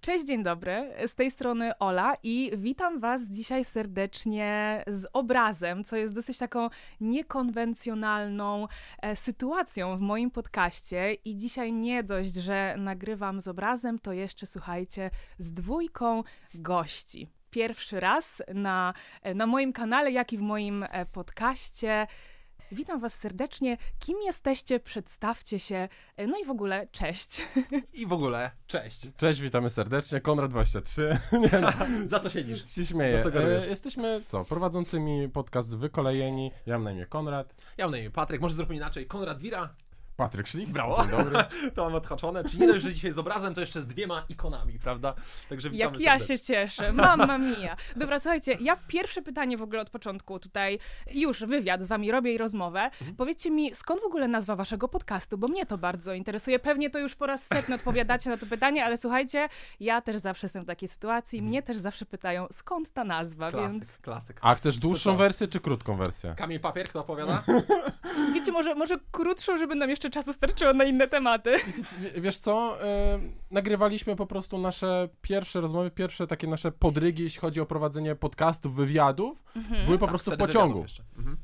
Cześć, dzień dobry. Z tej strony Ola i witam Was dzisiaj serdecznie z obrazem, co jest dosyć taką niekonwencjonalną sytuacją w moim podcaście. I dzisiaj nie dość, że nagrywam z obrazem, to jeszcze, słuchajcie, z dwójką gości. Pierwszy raz na moim kanale, jak i w moim podcaście. Witam Was serdecznie. Kim jesteście? Przedstawcie się. No i w ogóle cześć. I w ogóle cześć. Cześć, witamy serdecznie. Konrad23. Nie, no, Za co siedzisz? się śmieję. Za co garujesz? Jesteśmy prowadzącymi podcast Wykolejeni. Ja mam na imię Konrad. Ja mam na imię Patryk, może zróbmy inaczej. Konrad Wira. Patryk Szlich. Brawo. Dzień dobry. To mam odhaczone. Czyli nie dość, że dzisiaj z obrazem, to jeszcze z dwiema ikonami, prawda? Także witamy Jak ja serdecznie. się cieszę. Mamma mia. Dobra, słuchajcie, ja pierwsze pytanie w ogóle od początku tutaj, już wywiad z Wami robię i rozmowę. Powiedzcie mi, skąd w ogóle nazwa Waszego podcastu, bo mnie to bardzo interesuje. Pewnie to już po raz setny odpowiadacie na to pytanie, ale słuchajcie, ja też zawsze jestem w takiej sytuacji. Mnie też zawsze pytają, skąd ta nazwa, Klasyk, więc klasyk. A chcesz dłuższą co? wersję czy krótką wersję? Kamień papier, kto opowiada? wiecie, może krótszą, żeby nam jeszcze czasu starczyło na inne tematy. Wiesz co? Nagrywaliśmy po prostu nasze pierwsze rozmowy, pierwsze takie nasze podrygi, jeśli chodzi o prowadzenie podcastów, wywiadów. Były po prostu w Wtedy pociągu. wywiadów jeszcze.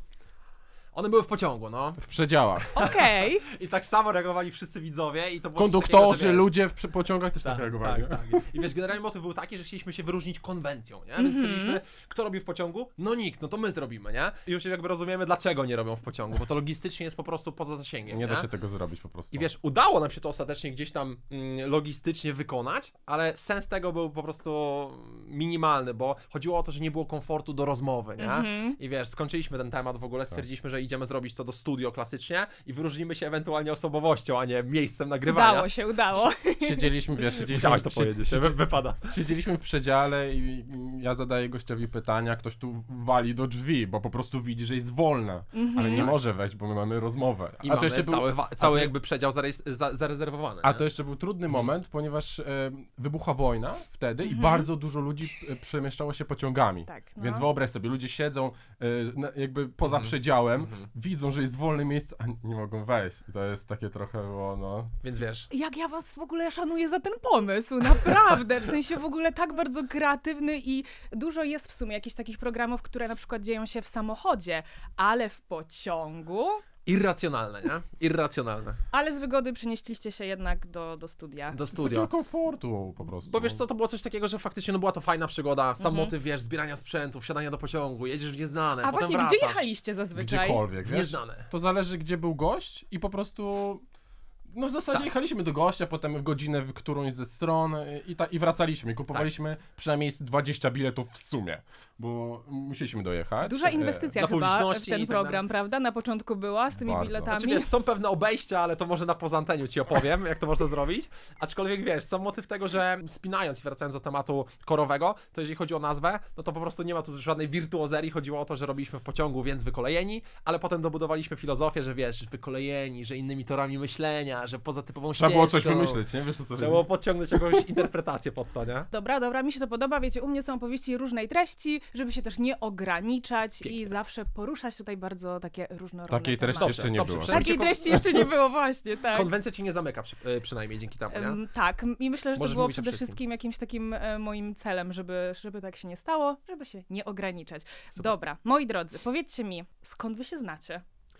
One były w pociągu, no. W przedziałach. Okej. I tak samo reagowali wszyscy widzowie i to było coś Konduktorzy, takiego, że wiesz, ludzie w pociągach też tak reagowali. Tak. I wiesz, generalnie motyw był taki, że chcieliśmy się wyróżnić konwencją, nie? Więc stwierdziliśmy, kto robi w pociągu? No nikt, no to my zrobimy, nie? I już jakby rozumiemy, dlaczego nie robią w pociągu, bo to logistycznie jest po prostu poza zasięgiem, Nie da się tego zrobić po prostu. I wiesz, udało nam się to ostatecznie gdzieś tam logistycznie wykonać, ale sens tego był po prostu minimalny, bo chodziło o to, że nie było komfortu do rozmowy, nie? I wiesz, skończyliśmy ten temat w ogóle, stwierdziliśmy, że idziemy zrobić to do studio klasycznie i wyróżnimy się ewentualnie osobowością, a nie miejscem nagrywania. Udało. Siedzieliśmy Musiałaś to powiedzieć, wypada. Siedzieliśmy w przedziale i ja zadaję gościowi pytania, ktoś tu wali do drzwi, bo po prostu widzi, że jest wolna, ale nie może wejść, bo my mamy rozmowę. I mamy cały jakby przedział zarezerwowany. A nie? to jeszcze był trudny moment, ponieważ wybuchła wojna wtedy i bardzo dużo ludzi przemieszczało się pociągami. Tak, no. Więc wyobraź sobie, ludzie siedzą jakby poza przedziałem, widzą, że jest wolne miejsce, a nie mogą wejść. I to jest takie trochę było, no... Więc wiesz, Jak ja was w ogóle szanuję za ten pomysł, naprawdę, w sensie w ogóle tak bardzo kreatywny i dużo jest w sumie jakichś takich programów, które na przykład dzieją się w samochodzie, ale w pociągu, irracjonalne, nie? Irracjonalne. ale z wygody przenieśliście się jednak do studia. Do Z takiego studia. komfortu po prostu. Bo wiesz co, to było coś takiego, że faktycznie no była to fajna przygoda, sam motyw, wiesz, zbierania sprzętu, wsiadania do pociągu, jedziesz w nieznane, A potem właśnie, wracasz. gdzie jechaliście zazwyczaj? Gdziekolwiek, W wiesz? nieznane. To zależy, gdzie był gość i po prostu... No w zasadzie Tak. jechaliśmy do gościa, potem w godzinę w którąś ze stron i wracaliśmy. Kupowaliśmy przynajmniej z 20 biletów w sumie, bo musieliśmy dojechać. Duża inwestycja dla chyba w publiczności i ten tak program, dalej. prawda? Na początku była z tymi Bardzo. biletami. Znaczy wiesz, są pewne obejścia, ale to może na poza anteniu ci opowiem, jak to można zrobić. Aczkolwiek wiesz, sam motyw tego, że spinając i wracając do tematu korowego, to jeżeli chodzi o nazwę, no to po prostu nie ma tu żadnej wirtuozerii. Chodziło o to, że robiliśmy w pociągu, więc wykolejeni, ale potem dobudowaliśmy filozofię, że wiesz, wykolejeni, że innymi torami myślenia, że poza typową Trzeba było coś ścieżką. wymyśleć, nie? Wiesz o co Trzeba chodzi? było podciągnąć jakąś interpretację pod to, nie? Dobra, mi się to podoba. Wiecie, u mnie są opowieści różnej treści, żeby się też nie ograniczać Pięknie. i zawsze poruszać tutaj bardzo takie różnorodne Takiej treści tematy. jeszcze nie dobrze, było. przynajmniej Takiej treści jeszcze nie było, właśnie, tak. Konwencja ci nie zamyka przynajmniej dzięki temu, nie? Tak, i myślę, że Możesz to było mówić o przede wszystkim. wszystkim jakimś takim moim celem, żeby tak się nie stało, żeby się nie ograniczać. Dobra, moi drodzy, powiedzcie mi, skąd wy się znacie?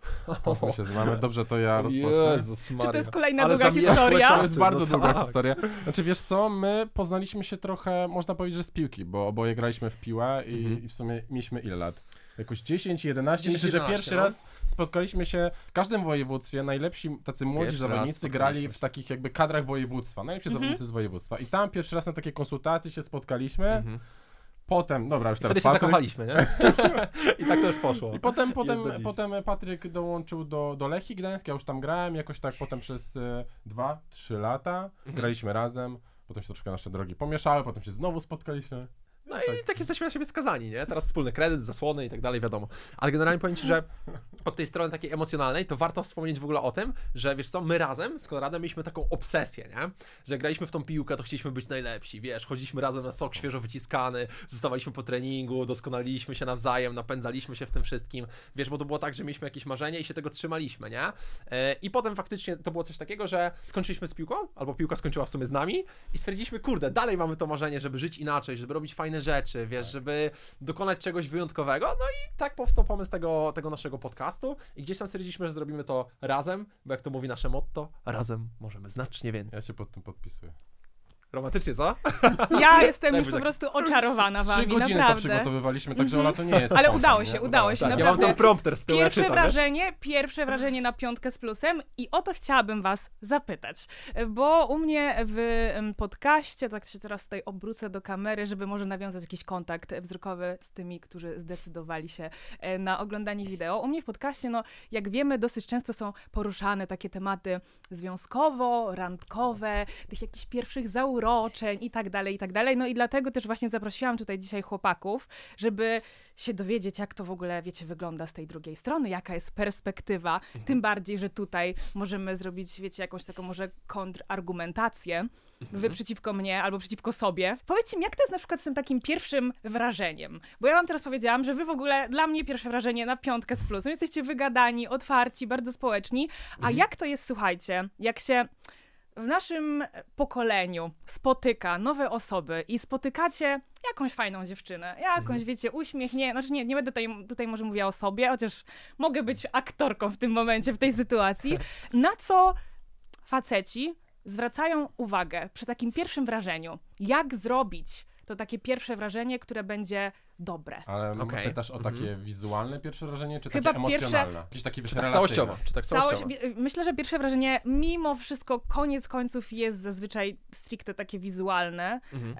My się znamy, dobrze, to ja rozpocznę. Jezus Maria. Czy to jest kolejna Ale długa zamierzchłe historia? czasy, To jest bardzo no długa tak. historia. Znaczy wiesz co, my poznaliśmy się trochę, można powiedzieć, że z piłki, bo oboje graliśmy w piłę i w sumie mieliśmy ile lat? Jakoś 10, 11. Myślę, że 11, pierwszy no. raz spotkaliśmy się w każdym województwie, najlepsi tacy młodzi Pierwszy raz zawodnicy grali spotkaliśmy w się. takich jakby kadrach województwa, najlepsi zawodnicy z województwa. I tam pierwszy raz na takie konsultacje się spotkaliśmy. Potem, dobra, już I teraz wtedy się Patryk. zakochaliśmy, nie? I tak to już poszło. I potem, Jest do dziś. potem Patryk dołączył do Lechii Gdańsk, ja już tam grałem, jakoś tak potem przez 2-3 lata graliśmy razem, potem się troszkę nasze drogi pomieszały, potem się znowu spotkaliśmy. No i tak jesteśmy na siebie skazani, nie? Teraz wspólny kredyt, zasłony i tak dalej, wiadomo. Ale generalnie powiem ci, że od tej strony takiej emocjonalnej, to warto wspomnieć w ogóle o tym, że wiesz co, my razem z Konradem mieliśmy taką obsesję, nie? Że graliśmy w tą piłkę, to chcieliśmy być najlepsi, wiesz, chodziliśmy razem na sok świeżo wyciskany, zostawaliśmy po treningu, doskonaliliśmy się nawzajem, napędzaliśmy się w tym wszystkim, wiesz, bo to było tak, że mieliśmy jakieś marzenie i się tego trzymaliśmy, nie? I potem faktycznie to było coś takiego, że skończyliśmy z piłką, albo piłka skończyła w sumie z nami i stwierdziliśmy, kurde, dalej mamy to marzenie, żeby żyć inaczej, żeby robić fajne rzeczy, wiesz, żeby dokonać czegoś wyjątkowego, no i tak powstał pomysł tego naszego podcastu i gdzieś tam stwierdziliśmy, że zrobimy to razem, bo jak to mówi nasze motto, razem możemy znacznie więcej. Ja się pod tym podpisuję. Romantycznie, co? Ja jestem Daj już po buziak. prostu oczarowana 3 wami, godziny to naprawdę. przygotowywaliśmy, także Ola to nie jest Ale spontan, udało nie? się, udało się. Tak, ja naprawdę. mam tam prompter z tyłu, ja czytam, wiesz? Pierwsze wrażenie na 5 z plusem i o to chciałabym was zapytać, bo u mnie w podcaście, tak się teraz tutaj obrócę do kamery, żeby może nawiązać jakiś kontakt wzrokowy z tymi, którzy zdecydowali się na oglądanie wideo. U mnie w podcaście, no jak wiemy, dosyć często są poruszane takie tematy związkowo-randkowe, tych jakichś pierwszych zauroczeń i tak dalej. No i dlatego też właśnie zaprosiłam tutaj dzisiaj chłopaków, żeby się dowiedzieć, jak to w ogóle, wiecie, wygląda z tej drugiej strony, jaka jest perspektywa, tym bardziej, że tutaj możemy zrobić, wiecie, jakąś taką może kontrargumentację, wy przeciwko mnie albo przeciwko sobie. Powiedzcie mi, jak to jest na przykład z tym takim pierwszym wrażeniem? Bo ja wam teraz powiedziałam, że wy w ogóle, dla mnie pierwsze wrażenie na 5 z plusem, jesteście wygadani, otwarci, bardzo społeczni, a jak to jest, słuchajcie, jak się w naszym pokoleniu spotyka nowe osoby i spotykacie jakąś fajną dziewczynę, jakąś, wiecie, uśmiech, nie będę tutaj może mówiła o sobie, chociaż mogę być aktorką w tym momencie, w tej sytuacji, na co faceci zwracają uwagę przy takim pierwszym wrażeniu, jak zrobić to takie pierwsze wrażenie, które będzie dobre. Ale pytasz o takie wizualne pierwsze wrażenie, czy takie emocjonalne? Jakieś takie czy tak całościowo? Myślę, że pierwsze wrażenie mimo wszystko koniec końców jest zazwyczaj stricte takie wizualne.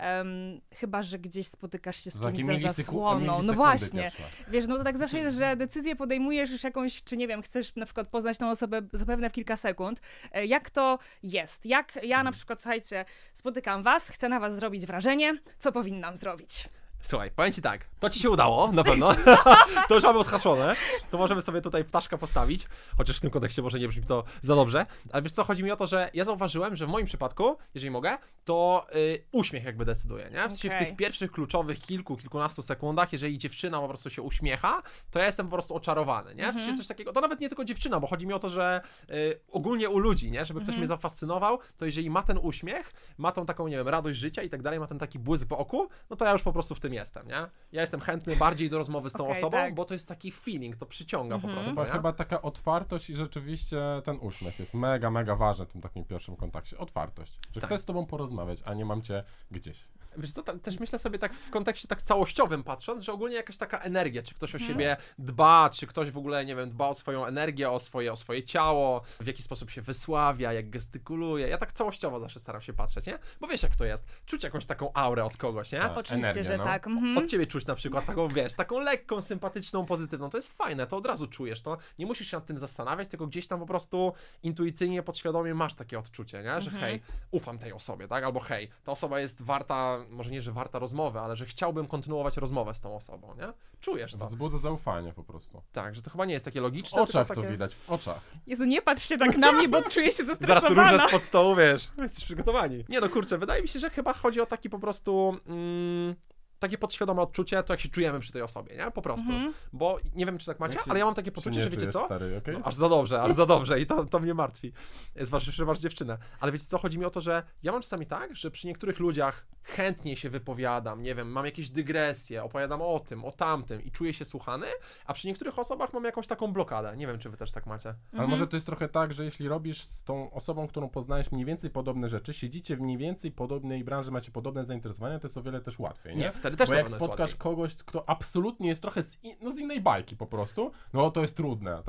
Chyba że gdzieś spotykasz się z kimś za zasłoną. No właśnie. Wiesz, no to tak zawsze jest, że decyzję podejmujesz już jakąś, czy nie wiem, chcesz na przykład poznać tą osobę zapewne w kilka sekund. Jak to jest? Jak ja na przykład, słuchajcie, spotykam was, chcę na was zrobić wrażenie, co powinnam zrobić? Słuchaj, powiem ci tak, to ci się udało, na pewno, to już mamy odhaczone, to możemy sobie tutaj ptaszka postawić, chociaż w tym kontekście może nie brzmi to za dobrze, ale wiesz co, chodzi mi o to, że ja zauważyłem, że w moim przypadku, jeżeli mogę, to uśmiech jakby decyduje, nie? W sensie w tych pierwszych kluczowych kilkunastu sekundach, jeżeli dziewczyna po prostu się uśmiecha, to ja jestem po prostu oczarowany, nie? W sensie coś takiego, to nawet nie tylko dziewczyna, bo chodzi mi o to, że ogólnie u ludzi, nie? Żeby ktoś mnie zafascynował, to jeżeli ma ten uśmiech, ma tą taką, nie wiem, radość życia i tak dalej, ma ten taki błysk w oku, no to ja już po prostu w tym jestem, nie? Ja jestem chętny bardziej do rozmowy z tą osobą, bo to jest taki feeling, to przyciąga po prostu, nie? Chyba taka otwartość i rzeczywiście ten uśmiech jest mega, mega ważny w tym takim pierwszym kontakcie. Otwartość, że chcę z tobą porozmawiać, a nie mam cię gdzieś. Wiesz co, też myślę sobie tak w kontekście tak całościowym patrząc, że ogólnie jakaś taka energia, czy ktoś o siebie dba, czy ktoś w ogóle, nie wiem, dba o swoją energię, o swoje ciało, w jaki sposób się wysławia, jak gestykuluje. Ja tak całościowo zawsze staram się patrzeć, nie? Bo wiesz jak to jest, czuć jakąś taką aurę od kogoś, nie? Tak, oczywiście, energię, że tak. Od ciebie czuć na przykład taką, wiesz, taką lekką, sympatyczną, pozytywną. To jest fajne, to od razu czujesz to. Nie musisz się nad tym zastanawiać, tylko gdzieś tam po prostu intuicyjnie, podświadomie masz takie odczucie, nie? Że hej, ufam tej osobie, tak? Albo hej, ta osoba jest warta, może nie, że warta rozmowy, ale że chciałbym kontynuować rozmowę z tą osobą, nie? Czujesz to. Wzbudza zaufanie po prostu. Tak, że to chyba nie jest takie logiczne. W oczach takie... to widać, w oczach. Jezu, nie patrz się tak na mnie, bo czuję się zestresowana. Zaraz różę spod stołu, wiesz, jesteś przygotowani. Nie no, kurczę, wydaje mi się, że chyba chodzi o taki po prostu... takie podświadome odczucie, to jak się czujemy przy tej osobie, nie? Po prostu. Bo nie wiem, czy tak macie, ale ja mam takie poczucie, że wiecie co? Stary, okay? No, aż za dobrze i to mnie martwi. Zwłaszcza, że masz dziewczynę. Ale wiecie co? Chodzi mi o to, że ja mam czasami tak, że przy niektórych ludziach chętnie się wypowiadam, nie wiem, mam jakieś dygresje, opowiadam o tym, o tamtym i czuję się słuchany, a przy niektórych osobach mam jakąś taką blokadę. Nie wiem, czy wy też tak macie. Ale może to jest trochę tak, że jeśli robisz z tą osobą, którą poznajesz mniej więcej podobne rzeczy, siedzicie w mniej więcej podobnej branży, macie podobne zainteresowania, to jest o wiele też łatwiej, nie? Wtedy też bo na jak pewno jest spotkasz łatwiej. kogoś, kto absolutnie jest trochę z innej bajki po prostu, no to jest trudne.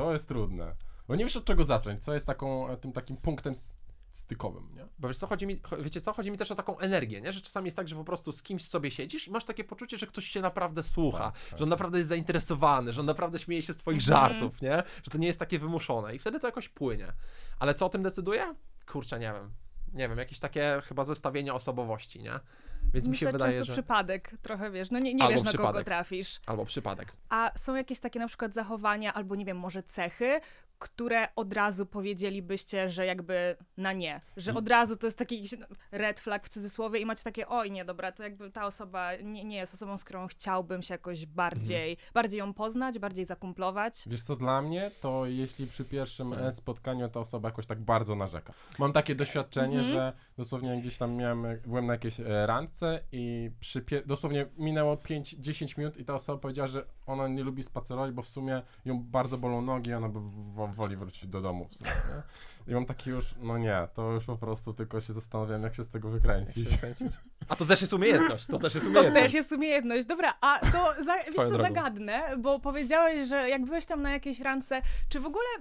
Bo nie wiesz od czego zacząć, co jest tym takim punktem stykowym, nie? Bo wiesz co, wiecie co, chodzi mi też o taką energię, nie? Że czasami jest tak, że po prostu z kimś sobie siedzisz i masz takie poczucie, że ktoś cię naprawdę słucha, że on naprawdę jest zainteresowany, że on naprawdę śmieje się z twoich żartów, nie? Że to nie jest takie wymuszone i wtedy to jakoś płynie. Ale co o tym decyduje? Kurczę, nie wiem. nie wiem, jakieś takie chyba zestawienie osobowości, nie? Więc mi się Myślę, wydaje, często że... przypadek, trochę wiesz, no nie Albo wiesz na kogo przypadek. trafisz. Albo przypadek. A są jakieś takie na przykład zachowania, albo nie wiem, może cechy, które od razu powiedzielibyście, że jakby na nie. Że od razu to jest taki jakiś red flag w cudzysłowie i macie takie, oj nie, dobra, to jakby ta osoba nie jest osobą, z którą chciałbym się jakoś bardziej ją poznać, bardziej zakumplować. Wiesz co, dla mnie to jeśli przy pierwszym spotkaniu ta osoba jakoś tak bardzo narzeka. Mam takie doświadczenie, że dosłownie gdzieś tam byłem na jakiejś randce i dosłownie minęło 5-10 minut i ta osoba powiedziała, że ona nie lubi spacerować, bo w sumie ją bardzo bolą nogi i ona by woli wrócić do domu w sumie, nie? I mam taki już, no nie, to już po prostu tylko się zastanawiam, jak się z tego wykręcić. A to też jest umiejętność, To też jest umiejętność. Dobra, a to wiesz co, drogą. zagadnę, bo powiedziałeś, że jak byłeś tam na jakiejś randce, czy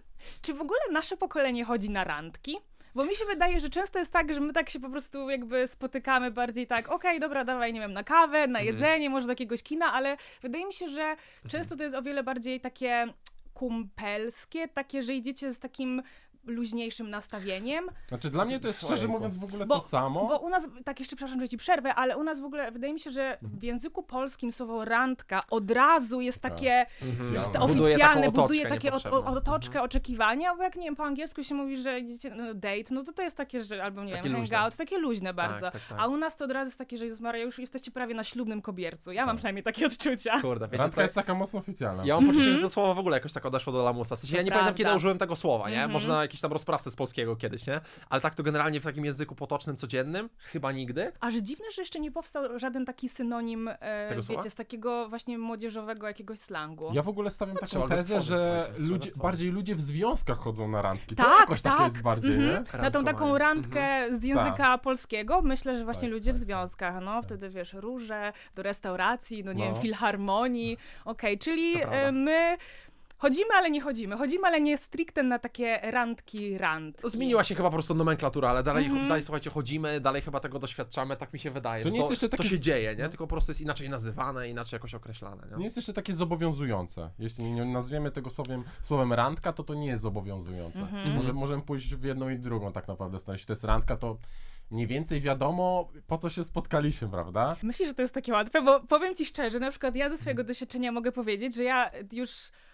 w ogóle nasze pokolenie chodzi na randki? Bo mi się wydaje, że często jest tak, że my tak się po prostu jakby spotykamy bardziej tak, okej, dobra, dawaj, nie wiem, na kawę, na jedzenie, może do jakiegoś kina, ale wydaje mi się, że często to jest o wiele bardziej takie kumpelskie, takie, że idziecie z takim luźniejszym nastawieniem. Znaczy dla mnie to jest szczerze Ojejku. mówiąc w ogóle to samo. Bo u nas, tak jeszcze przepraszam, że ci przerwę, ale u nas w ogóle wydaje mi się, że w języku polskim słowo randka od razu jest takie już to Buduje oficjalne, taką buduje otoczkę takie niepotrzebną. otoczkę, oczekiwania, bo jak nie wiem, po angielsku się mówi, że idziecie na date, no to jest takie, że albo nie Takie wiem, luźne. hangout, takie luźne bardzo. tak. A u nas to od razu jest takie, że Jezus Maria, już jesteście prawie na ślubnym kobiercu. Ja mam przynajmniej takie odczucia. Kurde, wiecie co? Randka jest taka mocno oficjalna. Ja mam poczucie, że to słowo w ogóle jakoś tak odeszło do lamusa. W sensie ja nie pamiętam, kiedy prawda. użyłem tego słowa, nie? Może na jakiejś tam rozprawce z polskiego kiedyś, nie? Ale tak to generalnie w takim języku potocznym, codziennym, chyba nigdy. Aż dziwne, że jeszcze nie powstał żaden taki synonim, Tego słowa? wiecie, z takiego właśnie młodzieżowego jakiegoś slangu. Ja w ogóle stawiam trzeba taką go tezę, stworzyć, że słuchajcie, trzeba go stworzyć. bardziej ludzie w związkach chodzą na randki. To Tak, jakoś takie tak. jest bardziej, nie? Na tą Randkowanie. taką randkę z języka polskiego, myślę, że właśnie Tak, ludzie w tak, związkach, no wtedy wiesz, róże, do restauracji, no nie wiem, No. filharmonii, okej, czyli To prawda. my chodzimy, ale nie chodzimy, ale nie stricte na takie randki. To zmieniła się chyba po prostu nomenklatura, ale dalej, słuchajcie, chodzimy, dalej chyba tego doświadczamy, tak mi się wydaje. To że nie jest jeszcze to takie się dzieje, nie? Tylko po prostu jest inaczej nazywane, inaczej jakoś określane, nie? Nie jest jeszcze takie zobowiązujące. Jeśli nie nazwiemy tego słowem randka, to nie jest zobowiązujące. Możemy pójść w jedną i drugą tak naprawdę. Jeśli to jest randka, to mniej więcej wiadomo, po co się spotkaliśmy, prawda? Myślisz, że to jest takie łatwe? Bo powiem ci szczerze, na przykład ja ze swojego doświadczenia mogę powiedzieć, że ja już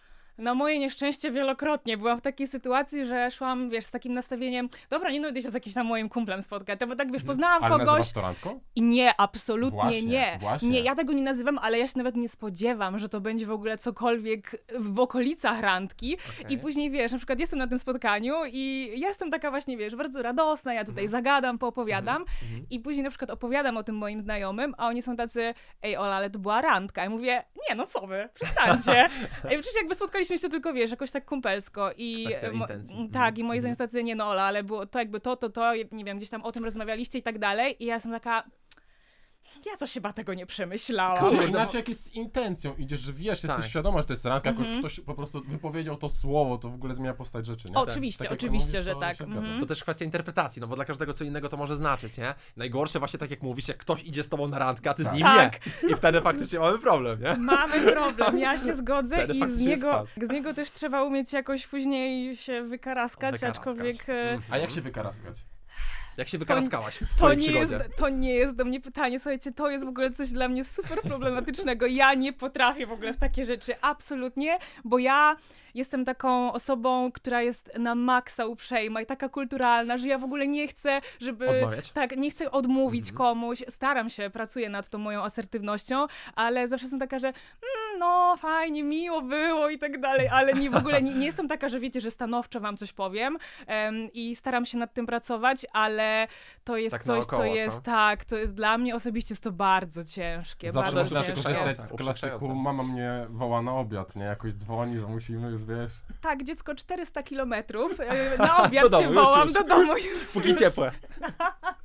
na moje nieszczęście wielokrotnie byłam w takiej sytuacji, że szłam, wiesz, z takim nastawieniem, dobra, nie idę się z jakimś tam moim kumplem spotkać, bo tak, wiesz, poznałam Ale kogoś nazywasz to randką? i nie, absolutnie Właśnie, nie. właśnie. Nie, ja tego nie nazywam, ale ja się nawet nie spodziewam, że to będzie w ogóle cokolwiek w okolicach randki. Okej. I później, wiesz, na przykład jestem na tym spotkaniu i ja jestem taka właśnie, wiesz, bardzo radosna, ja tutaj zagadam, poopowiadam i później na przykład opowiadam o tym moim znajomym, a oni są tacy, ej Ola, ale to była randka. I mówię, nie, no co wy, przestańcie. I przecież jakby spotkaliśmy się tylko, wiesz, jakoś tak kumpelsko i Kwestia intencji. tak, i moi znajomi są tacy, nie no Ola, ale było to jakby to, nie wiem, gdzieś tam o tym rozmawialiście i tak dalej i ja jestem taka, ja coś chyba tego nie przemyślałam. Kurde, Czyli inaczej jak jest z intencją idziesz, że wiesz, Tak. jesteś świadoma, że to jest randka, jak ktoś po prostu wypowiedział to słowo, to w ogóle zmienia postać rzeczy, nie? Oczywiście, Tak jak oczywiście, mówisz, że to tak. się zgadzam. To też kwestia interpretacji, no bo dla każdego co innego to może znaczyć, nie? Najgorsze właśnie tak jak mówisz, jak ktoś idzie z tobą na randkę, a ty z nim Tak. nie. I wtedy faktycznie mamy problem, nie? Mamy problem, ja się zgodzę Wtedy i faktycznie jest pas. z niego też trzeba umieć jakoś później się wykaraskać, Wykaraskać. aczkolwiek A jak się wykaraskać? Jak się wykaraskałaś w to swojej nie, jest, przygodzie? to nie jest do mnie pytanie. Słuchajcie, to jest w ogóle coś dla mnie super problematycznego. Ja nie potrafię w ogóle w takie rzeczy, absolutnie, bo ja jestem taką osobą, która jest na maksa uprzejma i taka kulturalna, że ja w ogóle nie chcę, żeby... Odmawiać? Tak, nie chcę odmówić komuś. Staram się, pracuję nad tą moją asertywnością, ale zawsze jestem taka, że no fajnie, miło było i tak dalej, ale w ogóle nie jestem taka, że wiecie, że stanowczo wam coś powiem i staram się nad tym pracować, ale to jest Tak coś, naokoło, co jest, co? tak, to jest, dla mnie osobiście jest to bardzo ciężkie, Zawsze bardzo można ciężkie. skorzystać z Uprzedzające. klasyku, mama mnie woła na obiad, nie? Jakoś dzwoni, że musimy już, wiesz... Tak, dziecko 400 kilometrów, na obiad Do domu, cię już, wołam, już. do domu. Póki ciepłe.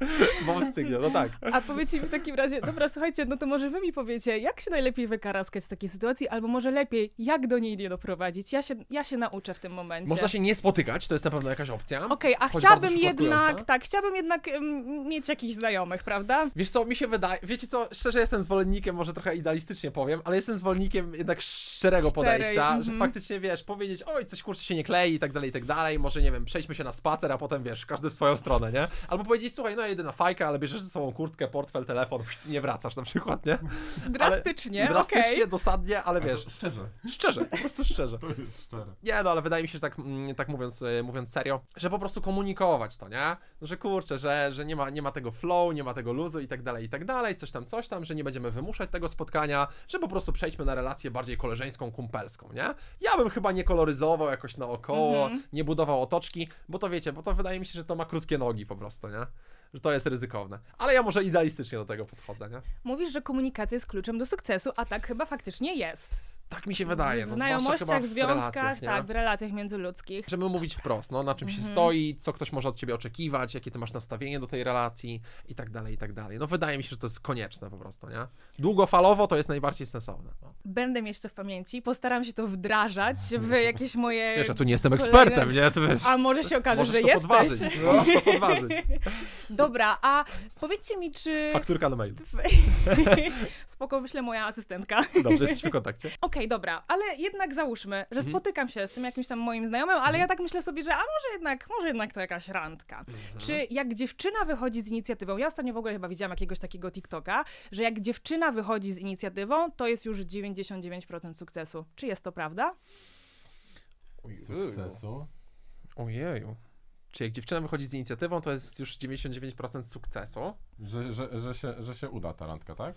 Bo wstygnie, no tak. A powiedzcie mi w takim razie, dobra, słuchajcie, no to może wy mi powiecie, jak się najlepiej wykaraskać z takiej sytuacji, albo może lepiej, jak do niej nie doprowadzić? Ja się nauczę w tym momencie. Można się nie spotykać, to jest na pewno jakaś opcja. Okej, a choć bardzo chciałabym jednak mieć jakichś znajomych, prawda? Wiesz co, mi się wydaje, wiecie co, szczerze jestem zwolennikiem, może trochę idealistycznie powiem, ale jestem zwolennikiem jednak szczerego podejścia, że faktycznie, wiesz, powiedzieć, oj, coś kurczę się nie klei i tak dalej, może, nie wiem, przejdźmy się na spacer, a potem, wiesz, każdy w swoją stronę, nie? Albo powiedzieć, słuchaj, no jedyna fajka, ale bierzesz ze sobą kurtkę, portfel, telefon i nie wracasz na przykład, nie? Drastycznie, Drastycznie, dosadnie, ale wiesz. Szczerze, po prostu szczerze. to jest szczere. Nie, no ale wydaje mi się, że tak mówiąc serio, że po prostu komunikować to, nie? Że kurczę, że nie ma tego flow, nie ma tego luzu i tak dalej, coś tam, że nie będziemy wymuszać tego spotkania, że po prostu przejdźmy na relację bardziej koleżeńską, kumpelską, nie? Ja bym chyba nie koloryzował jakoś naokoło, nie budował otoczki, bo to wiecie, bo to wydaje mi się, że to ma krótkie nogi po prostu, nie? Że to jest ryzykowne. Ale ja może idealistycznie do tego podchodzę, nie? Mówisz, że komunikacja jest kluczem do sukcesu, a tak chyba faktycznie jest. Tak mi się wydaje. W No, znajomościach, w związkach, relacjach, tak, w relacjach międzyludzkich. Żeby mówić wprost, no, na czym się stoi, co ktoś może od ciebie oczekiwać, jakie ty masz nastawienie do tej relacji i tak dalej, i tak dalej. No wydaje mi się, że to jest konieczne po prostu, nie? Długofalowo to jest najbardziej sensowne. No. Będę mieć to w pamięci, postaram się to wdrażać w jakieś moje... Wiesz, ja tu nie jestem ekspertem, nie? Ty wiesz, a może się okaże, że to jesteś. Podważyć. Możesz to podważyć. Dobra, a powiedzcie mi, czy... Fakturka na mail. Spoko, wyślę moja asystentka. Dobrze, jesteśmy w kontakcie. Okej, dobra, ale jednak załóżmy, że spotykam się z tym jakimś tam moim znajomym, ale ja tak myślę sobie, że a może jednak to jakaś randka. Czy jak dziewczyna wychodzi z inicjatywą, ja ostatnio w ogóle chyba widziałam jakiegoś takiego TikToka, że jak dziewczyna wychodzi z inicjatywą, to jest już 99% sukcesu. Czy jest to prawda? Sukcesu. Ojeju. Czy jak dziewczyna wychodzi z inicjatywą, to jest już 99% sukcesu? Że się uda ta randka, tak?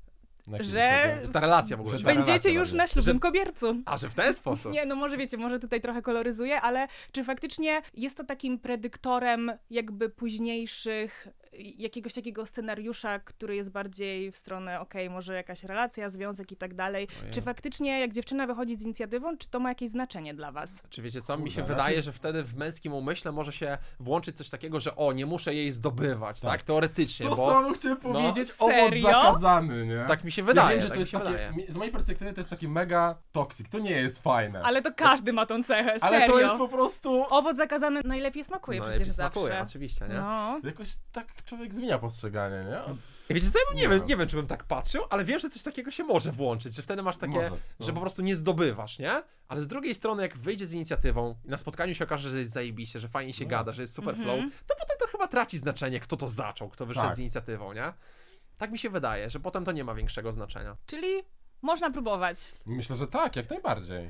Że ta relacja w ogóle. będziecie już na ślubnym kobiercu. A, że w ten sposób? Nie, no może wiecie, może tutaj trochę koloryzuję, ale czy faktycznie jest to takim predyktorem jakby późniejszych, jakiegoś takiego scenariusza, który jest bardziej w stronę, okej, może jakaś relacja, związek i tak dalej. Czy faktycznie jak dziewczyna wychodzi z inicjatywą, czy to ma jakieś znaczenie dla was? Czy wiecie co, mi się wydaje, że wtedy w męskim umyśle może się włączyć coś takiego, że nie muszę jej zdobywać, tak? Teoretycznie, To bo... samo chciałem powiedzieć, owoc Serio? zakazany, nie? Tak mi się wydaje. Ja wiem, że to jest takie, z mojej perspektywy to jest taki mega toxic, to nie jest fajne. Ale to każdy ma tą cechę, serio. Ale to jest po prostu... Owoc zakazany najlepiej smakuje przecież najlepiej zawsze. smakuje, oczywiście, nie? No. Jakoś tak człowiek zmienia postrzeganie, nie? Wiecie co, ja nie wiem, czy bym tak patrzył, ale wiem, że coś takiego się może włączyć, że wtedy masz takie, że po prostu nie zdobywasz, nie? Ale z drugiej strony, jak wyjdzie z inicjatywą i na spotkaniu się okaże, że jest zajebiście, że fajnie się gada, że jest super flow, to potem to chyba traci znaczenie, kto to zaczął, kto wyszedł z inicjatywą, nie? Tak mi się wydaje, że potem to nie ma większego znaczenia. Czyli można próbować. Myślę, że tak, jak najbardziej.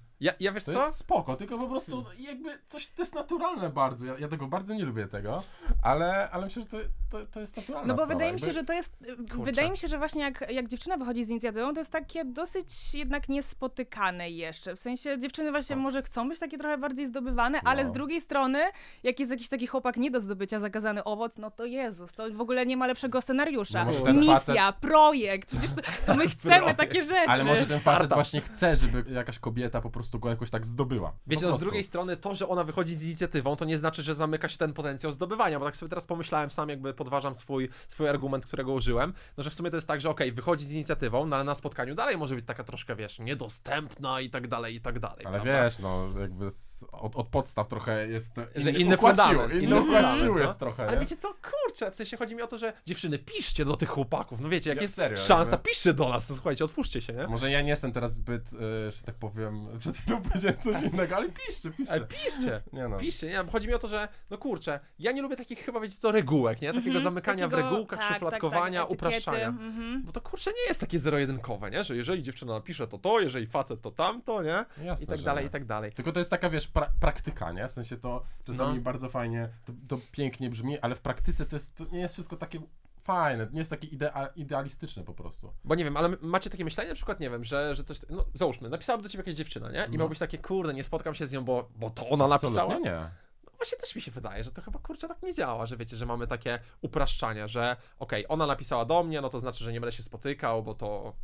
Ja wiesz to co? jest spoko, tylko po prostu jakby coś, to jest naturalne bardzo. Ja tego bardzo nie lubię tego, ale myślę, że to jest naturalne. No bo wydaje mi się, że to jest, Kurczę. wydaje mi się, że właśnie jak dziewczyna wychodzi z inicjatywą, to jest takie dosyć jednak niespotykane jeszcze. W sensie dziewczyny właśnie może chcą być takie trochę bardziej zdobywane, ale z drugiej strony, jak jest jakiś taki chłopak nie do zdobycia, zakazany owoc, no to Jezus, to w ogóle nie ma lepszego scenariusza. Misja, projekt, przecież my chcemy takie rzeczy. Ale może ten facet właśnie chce, żeby jakaś kobieta po prostu go jakoś tak zdobyła. Wiecie, no z drugiej strony to, że ona wychodzi z inicjatywą, to nie znaczy, że zamyka się ten potencjał zdobywania, bo tak sobie teraz pomyślałem sam, jakby podważam swój argument, którego użyłem, no że w sumie to jest tak, że wychodzi z inicjatywą, no ale na spotkaniu dalej może być taka troszkę, wiesz, niedostępna i tak dalej, i tak dalej. Ale prawda? wiesz, no jakby od podstaw trochę jest że inny fundament. Inny sił jest trochę. Ale nie? wiecie co, kurczę, w sensie chodzi mi o to, że dziewczyny, piszcie do tych chłopaków, no wiecie, jak jest serio, szansa, jakby... piszcie do nas, słuchajcie, otwórzcie się, nie? Może ja nie jestem teraz zbyt, że tak powiem, przed chwilą powiedziałem coś innego, ale piszcie. Ale piszcie, nie no. piszcie, nie? Bo chodzi mi o to, że, no kurczę, ja nie lubię takich chyba, wiecie co, regułek, nie? Takiego zamykania w regułkach, szufladkowania, upraszczania. Bo to kurczę nie jest takie zero-jedynkowe, nie? Że jeżeli dziewczyna napisze to, jeżeli facet to tamto, nie? Jasne, i tak że dalej, nie. i tak dalej. Tylko to jest taka, wiesz, praktyka, nie? W sensie to czasami bardzo fajnie, to pięknie brzmi, ale w praktyce to nie jest wszystko takie fajne, nie jest takie idealistyczne po prostu. Bo nie wiem, ale macie takie myślenie, na przykład, nie wiem, że coś, no załóżmy, napisałaby do ciebie jakaś dziewczyna, nie? I miał być takie, kurde, nie spotkam się z nią, bo to ona napisała. Absolutnie nie. No właśnie też mi się wydaje, że to chyba, kurczę, tak nie działa, że wiecie, że mamy takie upraszczania, że ona napisała do mnie, no to znaczy, że nie będę się spotykał, bo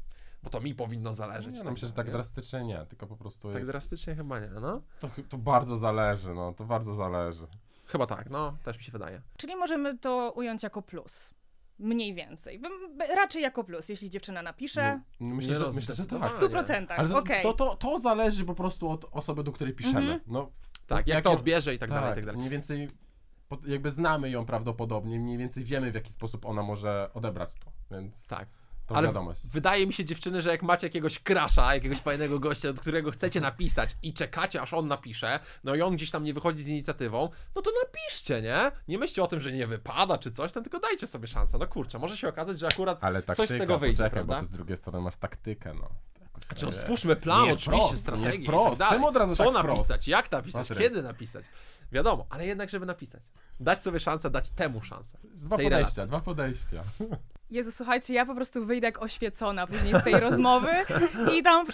to mi powinno zależeć. Nie, no myślę, że tak drastycznie nie, tylko po prostu tak jest... drastycznie chyba nie, no. To bardzo zależy, no, to bardzo zależy. Chyba tak, no, też mi się wydaje. Czyli możemy to ująć jako plus. Mniej więcej. Raczej jako plus, jeśli dziewczyna napisze. Myślę, Nie, że, no, myślę, że tak. W 100%, Ale okej. to zależy po prostu od osoby, do której piszemy. No, Tak, jak to odbierze i tak dalej, i tak dalej. Mniej więcej jakby znamy ją prawdopodobnie, mniej więcej wiemy, w jaki sposób ona może odebrać to, więc Tak. to Ale wiadomość. wydaje mi się, dziewczyny, że jak macie jakiegoś crusha, jakiegoś fajnego gościa, do którego chcecie napisać i czekacie, aż on napisze, no i on gdzieś tam nie wychodzi z inicjatywą, no to napiszcie, nie? Nie myślcie o tym, że nie wypada czy coś tam, tylko dajcie sobie szansę. No kurczę, może się okazać, że akurat Ale taktyka, coś z tego wyjdzie, poczekaj, prawda? bo ty z drugiej strony masz taktykę, no. Znaczy, stwórzmy plan, Nie oczywiście, wprost, strategię nie i tak wprost. dalej. Czemu od razu Co tak napisać, wprost? jak napisać, Patryk. kiedy napisać. Wiadomo, ale jednak, żeby napisać. Dać sobie szansę, dać temu szansę. Dwa tej podejścia, relacji. Jezu, słuchajcie, ja po prostu wyjdę jak oświecona później z tej rozmowy i tam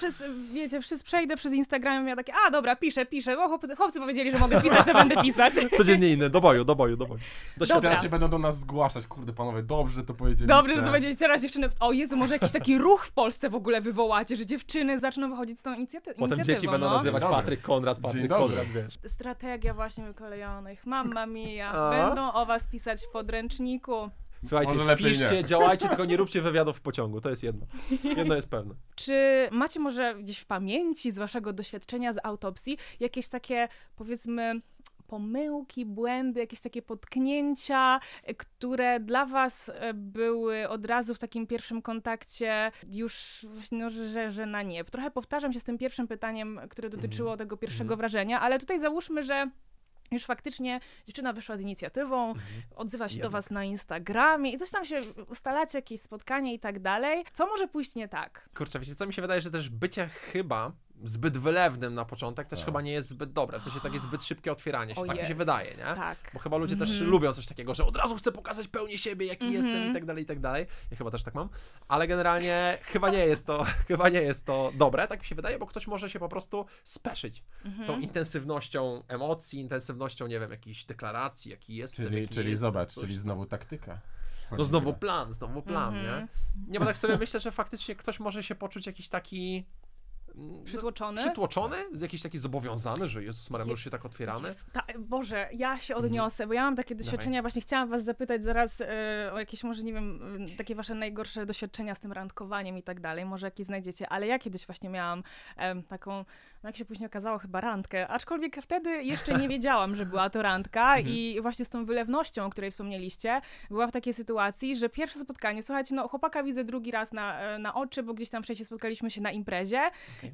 przejdę przez Instagram i ja takie, dobra, piszę, bo chłopcy powiedzieli, że mogę pisać, to będę pisać. Codziennie inny, do boju. Dobra. Teraz się będą do nas zgłaszać, kurde panowie, dobrze, że to powiedzieliście. Dobrze, że to będzie teraz dziewczyny, o Jezu, może jakiś taki ruch w Polsce w ogóle wywołacie, że dziewczyny zaczną wychodzić z tą inicjatywą. Potem dzieci będą no. nazywać Dzień dobry. Patryk Konrad, Dzień dobry. wiesz. Strategia właśnie wykolejonych, mamma mia, A? będą o was pisać w podręczniku. Słuchajcie, Może lepiej piszcie, nie. działajcie, tylko nie róbcie wywiadów w pociągu, to jest jedno. Jedno jest pewne. Czy macie może gdzieś w pamięci z waszego doświadczenia z autopsji jakieś takie, powiedzmy, pomyłki, błędy, jakieś takie potknięcia, które dla was były od razu w takim pierwszym kontakcie już właśnie, no, że na nie. Trochę powtarzam się z tym pierwszym pytaniem, które dotyczyło tego pierwszego wrażenia, ale tutaj załóżmy, że już faktycznie dziewczyna wyszła z inicjatywą, odzywa się do was na Instagramie i coś tam się ustalacie, jakieś spotkanie i tak dalej. Co może pójść nie tak? Kurczę, wiecie co, mi się wydaje, że też bycie chyba zbyt wylewnym na początek też Tak. chyba nie jest zbyt dobre, w sensie takie zbyt szybkie otwieranie się, O tak mi się Jezus, wydaje, nie? tak. Bo chyba ludzie też lubią coś takiego, że od razu chcę pokazać pełnię siebie, jaki jestem i tak dalej, i tak dalej. Ja chyba też tak mam, ale generalnie chyba nie jest to dobre, tak mi się wydaje, bo ktoś może się po prostu speszyć tą intensywnością emocji, intensywnością, nie wiem, jakichś deklaracji, jaki jestem, Czyli jestem, zobacz, coś czyli tam. znowu taktyka. No znowu plan, nie? Nie, bo tak sobie myślę, że faktycznie ktoś może się poczuć jakiś taki... Przytłoczony? Jakiś taki zobowiązany, że Jezus Maria, my już się tak otwieramy. Boże, ja się odniosę, bo ja mam takie doświadczenia, właśnie chciałam was zapytać zaraz o jakieś może, nie wiem, takie wasze najgorsze doświadczenia z tym randkowaniem i tak dalej, może jakieś znajdziecie, ale ja kiedyś właśnie miałam taką, no jak się później okazało, chyba randkę, aczkolwiek wtedy jeszcze nie wiedziałam, że była to randka i właśnie z tą wylewnością, o której wspomnieliście, była w takiej sytuacji, że pierwsze spotkanie, słuchajcie, no chłopaka widzę drugi raz na oczy, bo gdzieś tam wcześniej spotkaliśmy się na imprezie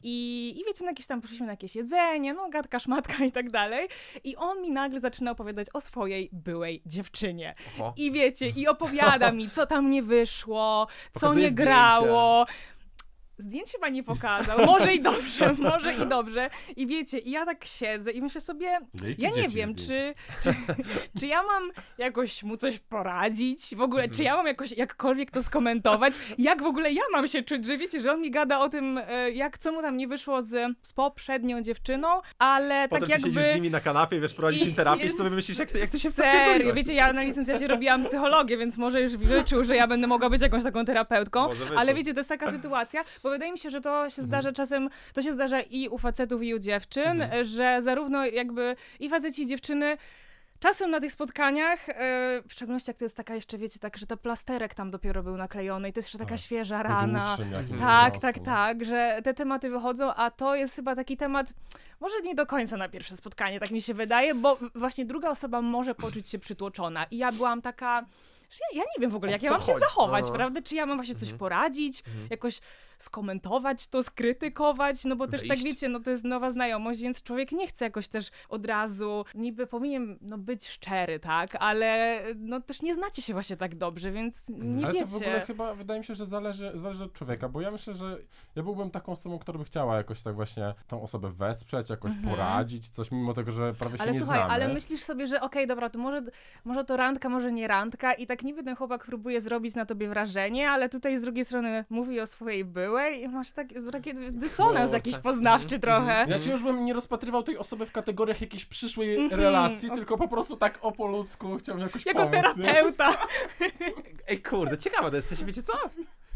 i wiecie, no jakieś tam poszliśmy na jakieś jedzenie, no gadka, szmatka i tak dalej i on mi nagle zaczyna opowiadać o swojej byłej dziewczynie. Oho. I wiecie, i opowiada mi, co tam nie wyszło, co Pokazuje nie grało. Zdjęć chyba nie pokazał. Może i dobrze. I wiecie, i ja tak siedzę i myślę sobie, ja nie wiem, czy ja mam jakoś mu coś poradzić, w ogóle, czy ja mam jakoś jakkolwiek to skomentować, jak w ogóle ja mam się czuć, że wiecie, że on mi gada o tym, co mu tam nie wyszło z poprzednią dziewczyną, ale Potem tak ty jakby... siedzisz z nimi na kanapie, wiesz, prowadzisz im terapię i sobie myślisz, jak ty się Serio, wpierdoliłaś. wiecie, ja na licencjacie robiłam psychologię, więc może już wyczuł, że ja będę mogła być jakąś taką terapeutką, Może wyczuł. ale wiecie, to jest taka sytuacja, bo wydaje mi się, że to się zdarza czasem, to się zdarza i u facetów, i u dziewczyn, że zarówno jakby i faceci, i dziewczyny czasem na tych spotkaniach, w szczególności jak to jest taka jeszcze, wiecie, tak, że to plasterek tam dopiero był naklejony i to jest jeszcze taka świeża rana. Tak, że te tematy wychodzą, a to jest chyba taki temat, może nie do końca na pierwsze spotkanie, tak mi się wydaje, bo właśnie druga osoba może poczuć się przytłoczona i ja byłam taka... Ja nie wiem w ogóle, jak ja mam się zachować, prawda? Czy ja mam właśnie coś poradzić, jakoś skomentować to, skrytykować, no bo też tak wiecie, no to jest nowa znajomość, więc człowiek nie chce jakoś też od razu, niby powinien być szczery, tak? Ale no też nie znacie się właśnie tak dobrze, więc nie ale wiecie. to w ogóle chyba, wydaje mi się, że zależy od człowieka, bo ja myślę, że ja byłbym taką osobą, która by chciała jakoś tak właśnie tą osobę wesprzeć, jakoś poradzić, coś, mimo tego, że prawie się nie znamy. Ale myślisz sobie, że okej, dobra, to może to randka, może nie randka i tak niby ten chłopak próbuje zrobić na tobie wrażenie, ale tutaj z drugiej strony mówi o swojej byłej i masz taki dysonans jakiś poznawczy trochę. Znaczy już bym nie rozpatrywał tej osoby w kategoriach jakiejś przyszłej relacji, tylko po prostu tak o po ludzku chciałbym jakoś jako pomóc. terapeuta. Ej, kurde, ciekawe to jest, wiecie co?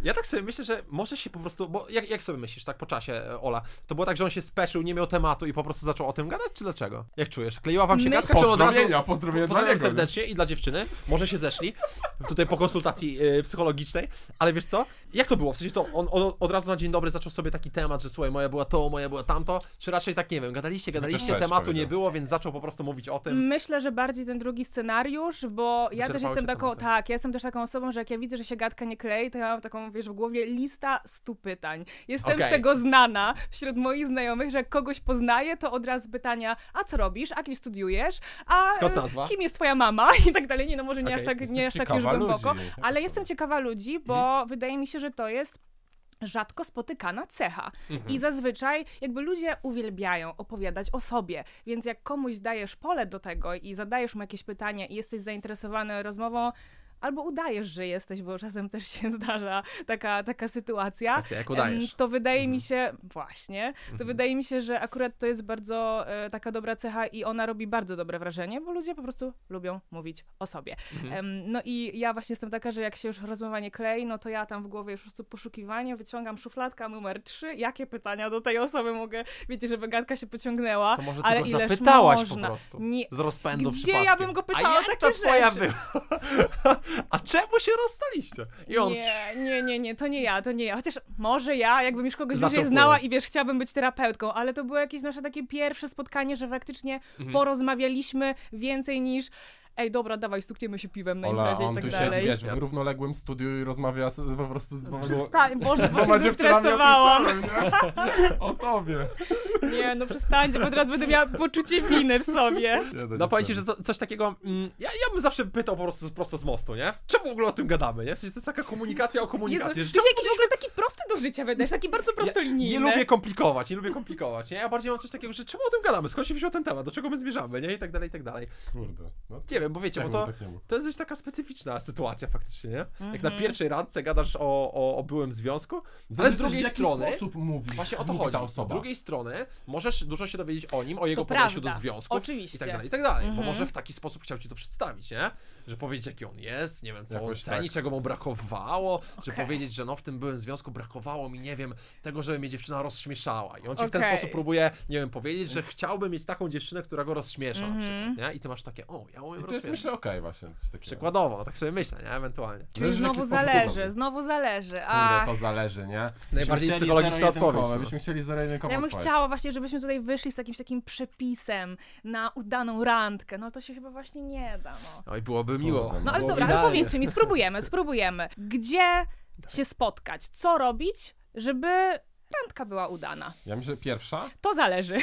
Ja tak sobie myślę, że może się po prostu, bo jak sobie myślisz, tak po czasie, Ola, to było tak, że on się speszył, nie miał tematu i po prostu zaczął o tym gadać, czy dlaczego? Jak czujesz? Kleiła wam się gadka, czy on od razu... Pozdrowienia dla Pozdrawiam niego, serdecznie i dla dziewczyny, może się zeszli, tutaj po konsultacji psychologicznej, ale wiesz co, jak to było? W sensie to on od razu na dzień dobry zaczął sobie taki temat, że słuchaj, moja była to, moja była tamto, czy raczej tak, nie wiem, gadaliście, tematu powiedział. nie było, więc zaczął po prostu mówić o tym. Myślę, że bardziej ten drugi scenariusz, bo ja też Wyczerpały jestem się taką, tematy. tak, ja jestem też taką osobą, że jak ja widzę, że się gadka nie klei, to ja mam taką, wiesz, w głowie lista 100 pytań. Jestem Okej. z tego znana wśród moich znajomych, że jak kogoś poznaję, to od razu pytania, a co robisz, a gdzie studiujesz, a Skąd nazwa? kim jest twoja mama i tak dalej. Nie, no może nie Okej, aż tak, jesteś nie aż tak już ciekawa głęboko, ludzi. ale jestem ciekawa ludzi, bo wydaje mi się, że to jest rzadko spotykana cecha. I zazwyczaj jakby ludzie uwielbiają opowiadać o sobie, więc jak komuś dajesz pole do tego i zadajesz mu jakieś pytanie i jesteś zainteresowany rozmową, albo udajesz, że jesteś, bo czasem też się zdarza taka sytuacja. Kwestia, jak udajesz. To wydaje mi się, właśnie, to wydaje mi się, że akurat to jest bardzo taka dobra cecha i ona robi bardzo dobre wrażenie, bo ludzie po prostu lubią mówić o sobie. No i ja właśnie jestem taka, że jak się już rozmowa nie klei, no to ja tam w głowie już po prostu poszukiwanie, wyciągam szufladka numer 3, jakie pytania do tej osoby mogę, wiecie, żeby gadka się pociągnęła, To może ty ale go ileż zapytałaś można. po prostu. Nie, Z rozpędu Gdzie przypadkiem. ja bym go pytała A jak takie to twoja rzeczy? była? A czemu się rozstaliście? I on... Nie, to nie ja. Chociaż może ja, jakbym już kogoś Zaczął bliżej znała pływać. i wiesz, chciałabym być terapeutką, ale to było jakieś nasze takie pierwsze spotkanie, że faktycznie porozmawialiśmy więcej niż ej, dobra, dawaj, stukniemy się piwem na Ola, imprezie on i tak tu dalej. siedzi, wiesz, w równoległym studiu i rozmawia po prostu z Przestań, Boże, bo dwoma się dziewczynami zestresowałam. opisałem, nie? O tobie. Nie, no przestańcie, bo teraz będę miała poczucie winy w sobie. No powiem ci, że to coś takiego, ja bym zawsze pytał po prostu prosto z mostu, nie? Czemu w ogóle o tym gadamy, nie? W sensie to jest taka komunikacja o komunikacji. Jezu, że ty się jakiś w ogóle taki prosty do życia wydajesz, taki bardzo prostolinijny. nie lubię komplikować, nie? Ja bardziej mam coś takiego, że czemu o tym gadamy, skąd się wziął ten temat, do czego my zmierzamy, nie? I tak dalej, i tak dalej. Kurde. No, Nie wiem, bo wiecie, tak bo bym to, tak nie mógł. to jest dość taka specyficzna sytuacja faktycznie, nie? Jak na pierwszej randce gadasz o byłym związku, ale z Zależy drugiej też, w strony... jaki sposób mówi, Właśnie o to mówi ta chodzi. Z osoba. drugiej strony możesz dużo się dowiedzieć o nim, o jego To podejściu prawda. do związków Oczywiście. i tak dalej. Bo może w taki sposób chciał ci to przedstawić, nie? Że powiedzieć, jaki on jest, nie wiem, co on Jakoś ceni, tak. czego mu brakowało, że Okej. powiedzieć, że no w tym byłym związku brakowało mi, nie wiem, tego, żeby mnie dziewczyna rozśmieszała. I on ci w ten Okej. sposób próbuje, nie wiem, powiedzieć, że chciałby mieć taką dziewczynę, która go rozśmiesza na przykład, nie? I ty masz takie, o, ja umiem I to jest rozśmieszać. myślę okej właśnie. Coś takiego. Przykładowo, no tak sobie myślę, nie? Ewentualnie. Czyli Zależy, w jaki znowu zależy. Kurde, A to zależy, nie? Najbardziej Byśmy chcieli psychologiczna odpowiedź, zero-jedynkowe, no. Byśmy chcieli zero-jedynkowo ja bym odpowiedź. chciała właśnie, żebyśmy tutaj wyszli z jakimś takim przepisem na udaną randkę. No to się chyba właśnie nie da, no. Oj, byłoby miło. Kurde, No ale Byłoby dobra, ale idealnie. powiedzcie mi, spróbujemy. Gdzie się spotkać? Co robić, żeby randka była udana? Ja myślę, że pierwsza, To zależy.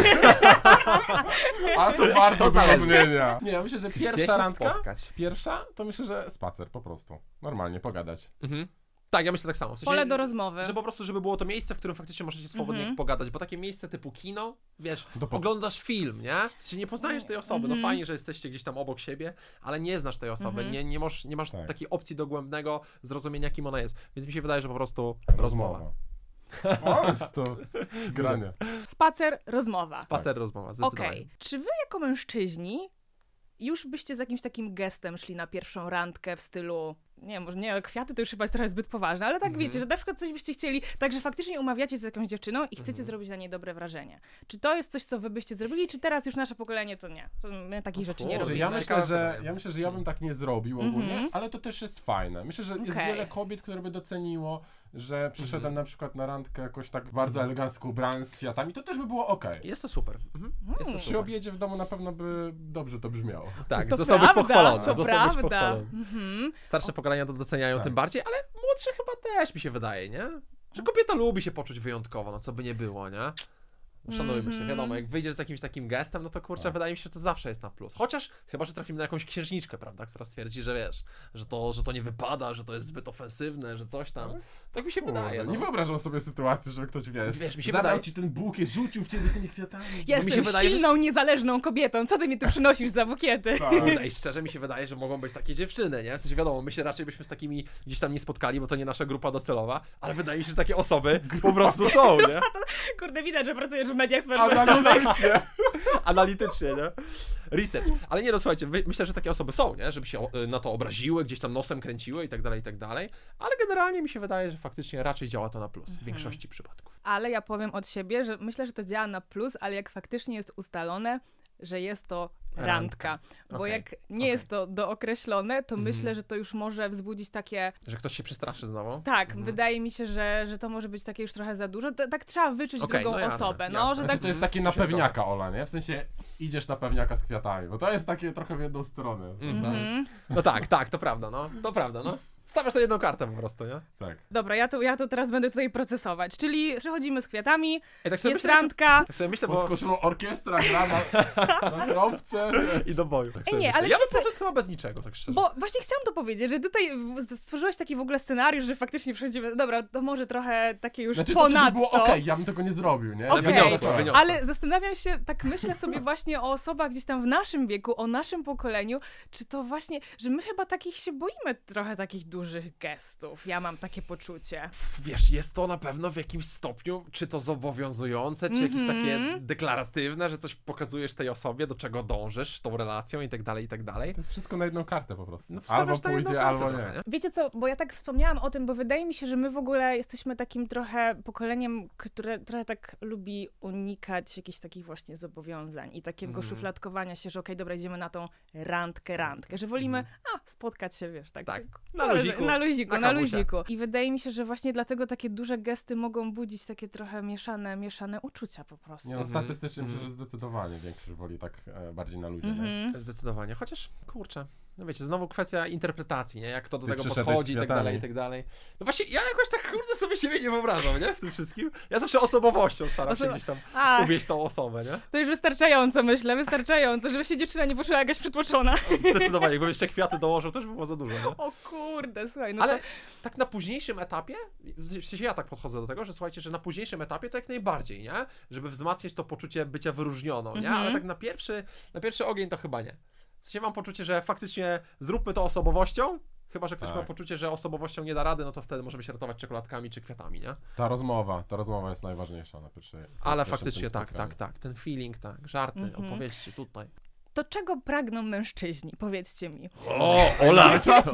a to bardzo To dużo zależy. zmienia. Nie, ja myślę, że Gdzie pierwsza się randka, spotkać? pierwsza, to myślę, że spacer po prostu. Normalnie, pogadać. Tak, ja myślę tak samo. W sensie, Pole do rozmowy. że po prostu, żeby było to miejsce, w którym faktycznie możecie swobodnie pogadać, bo takie miejsce typu kino, wiesz, oglądasz film, nie? W sensie nie poznajesz tej osoby, no fajnie, że jesteście gdzieś tam obok siebie, ale nie znasz tej osoby, nie masz Tak. takiej opcji dogłębnego zrozumienia, kim ona jest, więc mi się wydaje, że po prostu rozmowa. O, to zgranie. Spacer, rozmowa. Spacer, rozmowa, zdecydowanie. Okej. Czy wy jako mężczyźni już byście z jakimś takim gestem szli na pierwszą randkę w stylu, nie, może nie, kwiaty to już chyba jest trochę zbyt poważne, ale tak wiecie, że na przykład coś byście chcieli, tak, że faktycznie umawiacie się z jakąś dziewczyną i chcecie zrobić na niej dobre wrażenie. Czy to jest coś, co wy byście zrobili, czy teraz już nasze pokolenie to nie? To my takich rzeczy nie Boże, robimy. Ja Ciekawe myślę, że, pytanie. ja bym tak nie zrobił ogólnie, ale to też jest fajne. Myślę, że jest Okej. wiele kobiet, które by doceniło, że przyszedłem na przykład na randkę jakoś tak bardzo elegancko ubrany z kwiatami, to też by było okej. Jest to super. Jest to Przy super. obiedzie w domu na pewno by dobrze to brzmiało. Tak, To zostałbyś prawda, pochwalony. to Zostałbyś prawda. pochwalony. Starsze pokolenia to doceniają Tak. tym bardziej, ale młodsze chyba też mi się wydaje, nie? Że kobieta lubi się poczuć wyjątkowo, no co by nie było, nie? No, szanujmy się, wiadomo, jak wyjdziesz z jakimś takim gestem, no to kurczę, Tak. wydaje mi się, że to zawsze jest na plus. Chociaż, chyba, że trafimy na jakąś księżniczkę, prawda, która stwierdzi, że wiesz, że to nie wypada, że to jest zbyt ofensywne, że coś tam. Tak mi się wydaje, no. Nie wyobrażam sobie sytuacji, że ktoś, wiesz, mi się zabrał wydaje- ci ten bukiet, rzucił w ciebie tymi kwiatami. Jestem się wydaje, że- silną, niezależną kobietą. Co ty mi tu przynosisz za bukiety? Kurde, i szczerze mi się wydaje, że mogą być takie dziewczyny, nie? W sensie wiadomo, my się raczej byśmy z takimi gdzieś tam nie spotkali, bo to nie nasza grupa docelowa, ale wydaje mi się, że takie osoby po prostu są, nie? Kurde, widać, że pracujesz w mediach A na społecznościowych. luzie. analitycznie, nie? Research. Ale nie, no słuchajcie, myślę, że takie osoby są, nie? Żeby się na to obraziły, gdzieś tam nosem kręciły i tak dalej, ale generalnie mi się wydaje, że faktycznie raczej działa to na plus w większości przypadków. Ale ja powiem od siebie, że myślę, że to działa na plus, ale jak faktycznie jest ustalone, że jest to randka. Bo Okej, jak nie jest to dookreślone, to myślę, że to już może wzbudzić takie... Że ktoś się przestraszy znowu? Tak, wydaje mi się, że to może być takie już trochę za dużo. Tak trzeba wyczuć drugą no jasne, osobę. No, jasne. że Znaczy, tak... to jest takie na pewniaka, Ola, nie? W sensie idziesz na pewniaka z kwiatami, bo to jest takie trochę w jedną stronę. No tak, to prawda, no. To prawda, no. Stawiasz na jedną kartę po prostu, nie? Tak. Dobra, ja to teraz będę tutaj procesować. Czyli przechodzimy z kwiatami, Ej, tak sobie jest myślę, randka. Tak sobie myślę, Pod bo... koszulą orkiestra gra na trąbce. I do boju. Tak sobie nie, myślę. ale Ja wiecie bym poszedł chyba bez niczego, tak szczerze. Bo właśnie chciałam to powiedzieć, że tutaj stworzyłeś taki w ogóle scenariusz, że faktycznie przechodzimy... Dobra, to może trochę takie już Znaczy to by ponadto. było okej, ja bym tego nie zrobił, nie? Okej. Wyniosłem. Ale zastanawiam się, tak myślę sobie właśnie o osobach gdzieś tam w naszym wieku, o naszym pokoleniu, czy to właśnie, że my chyba takich się boimy trochę takich dużych gestów. Ja mam takie poczucie. Wiesz, jest to na pewno w jakimś stopniu, czy to zobowiązujące, czy jakieś takie deklaratywne, że coś pokazujesz tej osobie, do czego dążysz, tą relacją i tak dalej. To jest wszystko na jedną kartę po prostu. No, Albo wstawiasz na jedną pójdzie, kartę albo trochę, nie. Wiecie co, bo ja tak wspomniałam o tym, bo wydaje mi się, że my w ogóle jesteśmy takim trochę pokoleniem, które trochę tak lubi unikać jakichś takich właśnie zobowiązań i takiego szufladkowania się, że okej, dobra, idziemy na tą randkę, że wolimy spotkać się, wiesz, tak. Na luziku. Na kawusie. luziku. I wydaje mi się, że właśnie dlatego takie duże gesty mogą budzić takie trochę mieszane uczucia po prostu. Nie, no statystycznie myślę, że zdecydowanie większość woli tak bardziej na ludzie, nie? Zdecydowanie. Chociaż, kurczę, no wiecie, znowu kwestia interpretacji, nie? Jak kto do Ty tego przyszedłeś podchodzi z i tak kwiatami. dalej, i tak dalej. No właśnie, ja jakoś tak, kurde, sobie siebie nie wyobrażam, nie? W tym wszystkim. Ja zawsze osobowością staram się gdzieś tam uwieść tą osobę, nie? To już wystarczająco, myślę, żeby się dziewczyna nie poczuła jakaś przytłoczona. Zdecydowanie, jakbym jeszcze kwiaty dołożył, też by było za dużo, nie? O kurde, słuchaj, no Ale to... tak na późniejszym etapie, w sensie ja tak podchodzę do tego, że słuchajcie, że na późniejszym etapie to jak najbardziej, nie? Żeby wzmacniać to poczucie bycia wyróżnioną, nie? Ale tak na pierwszy ogień to chyba nie. W sensie mam poczucie, że faktycznie zróbmy to osobowością, chyba że ktoś ma poczucie, że osobowością nie da rady, no to wtedy możemy się ratować czekoladkami czy kwiatami, nie? Ta rozmowa jest najważniejsza na pierwszej. Ale pierwszym faktycznie tym tak, spotkaniu. ten feeling, tak, żarty, opowieści tutaj. To czego pragną mężczyźni? Powiedzcie mi. O, Ola! Czasu!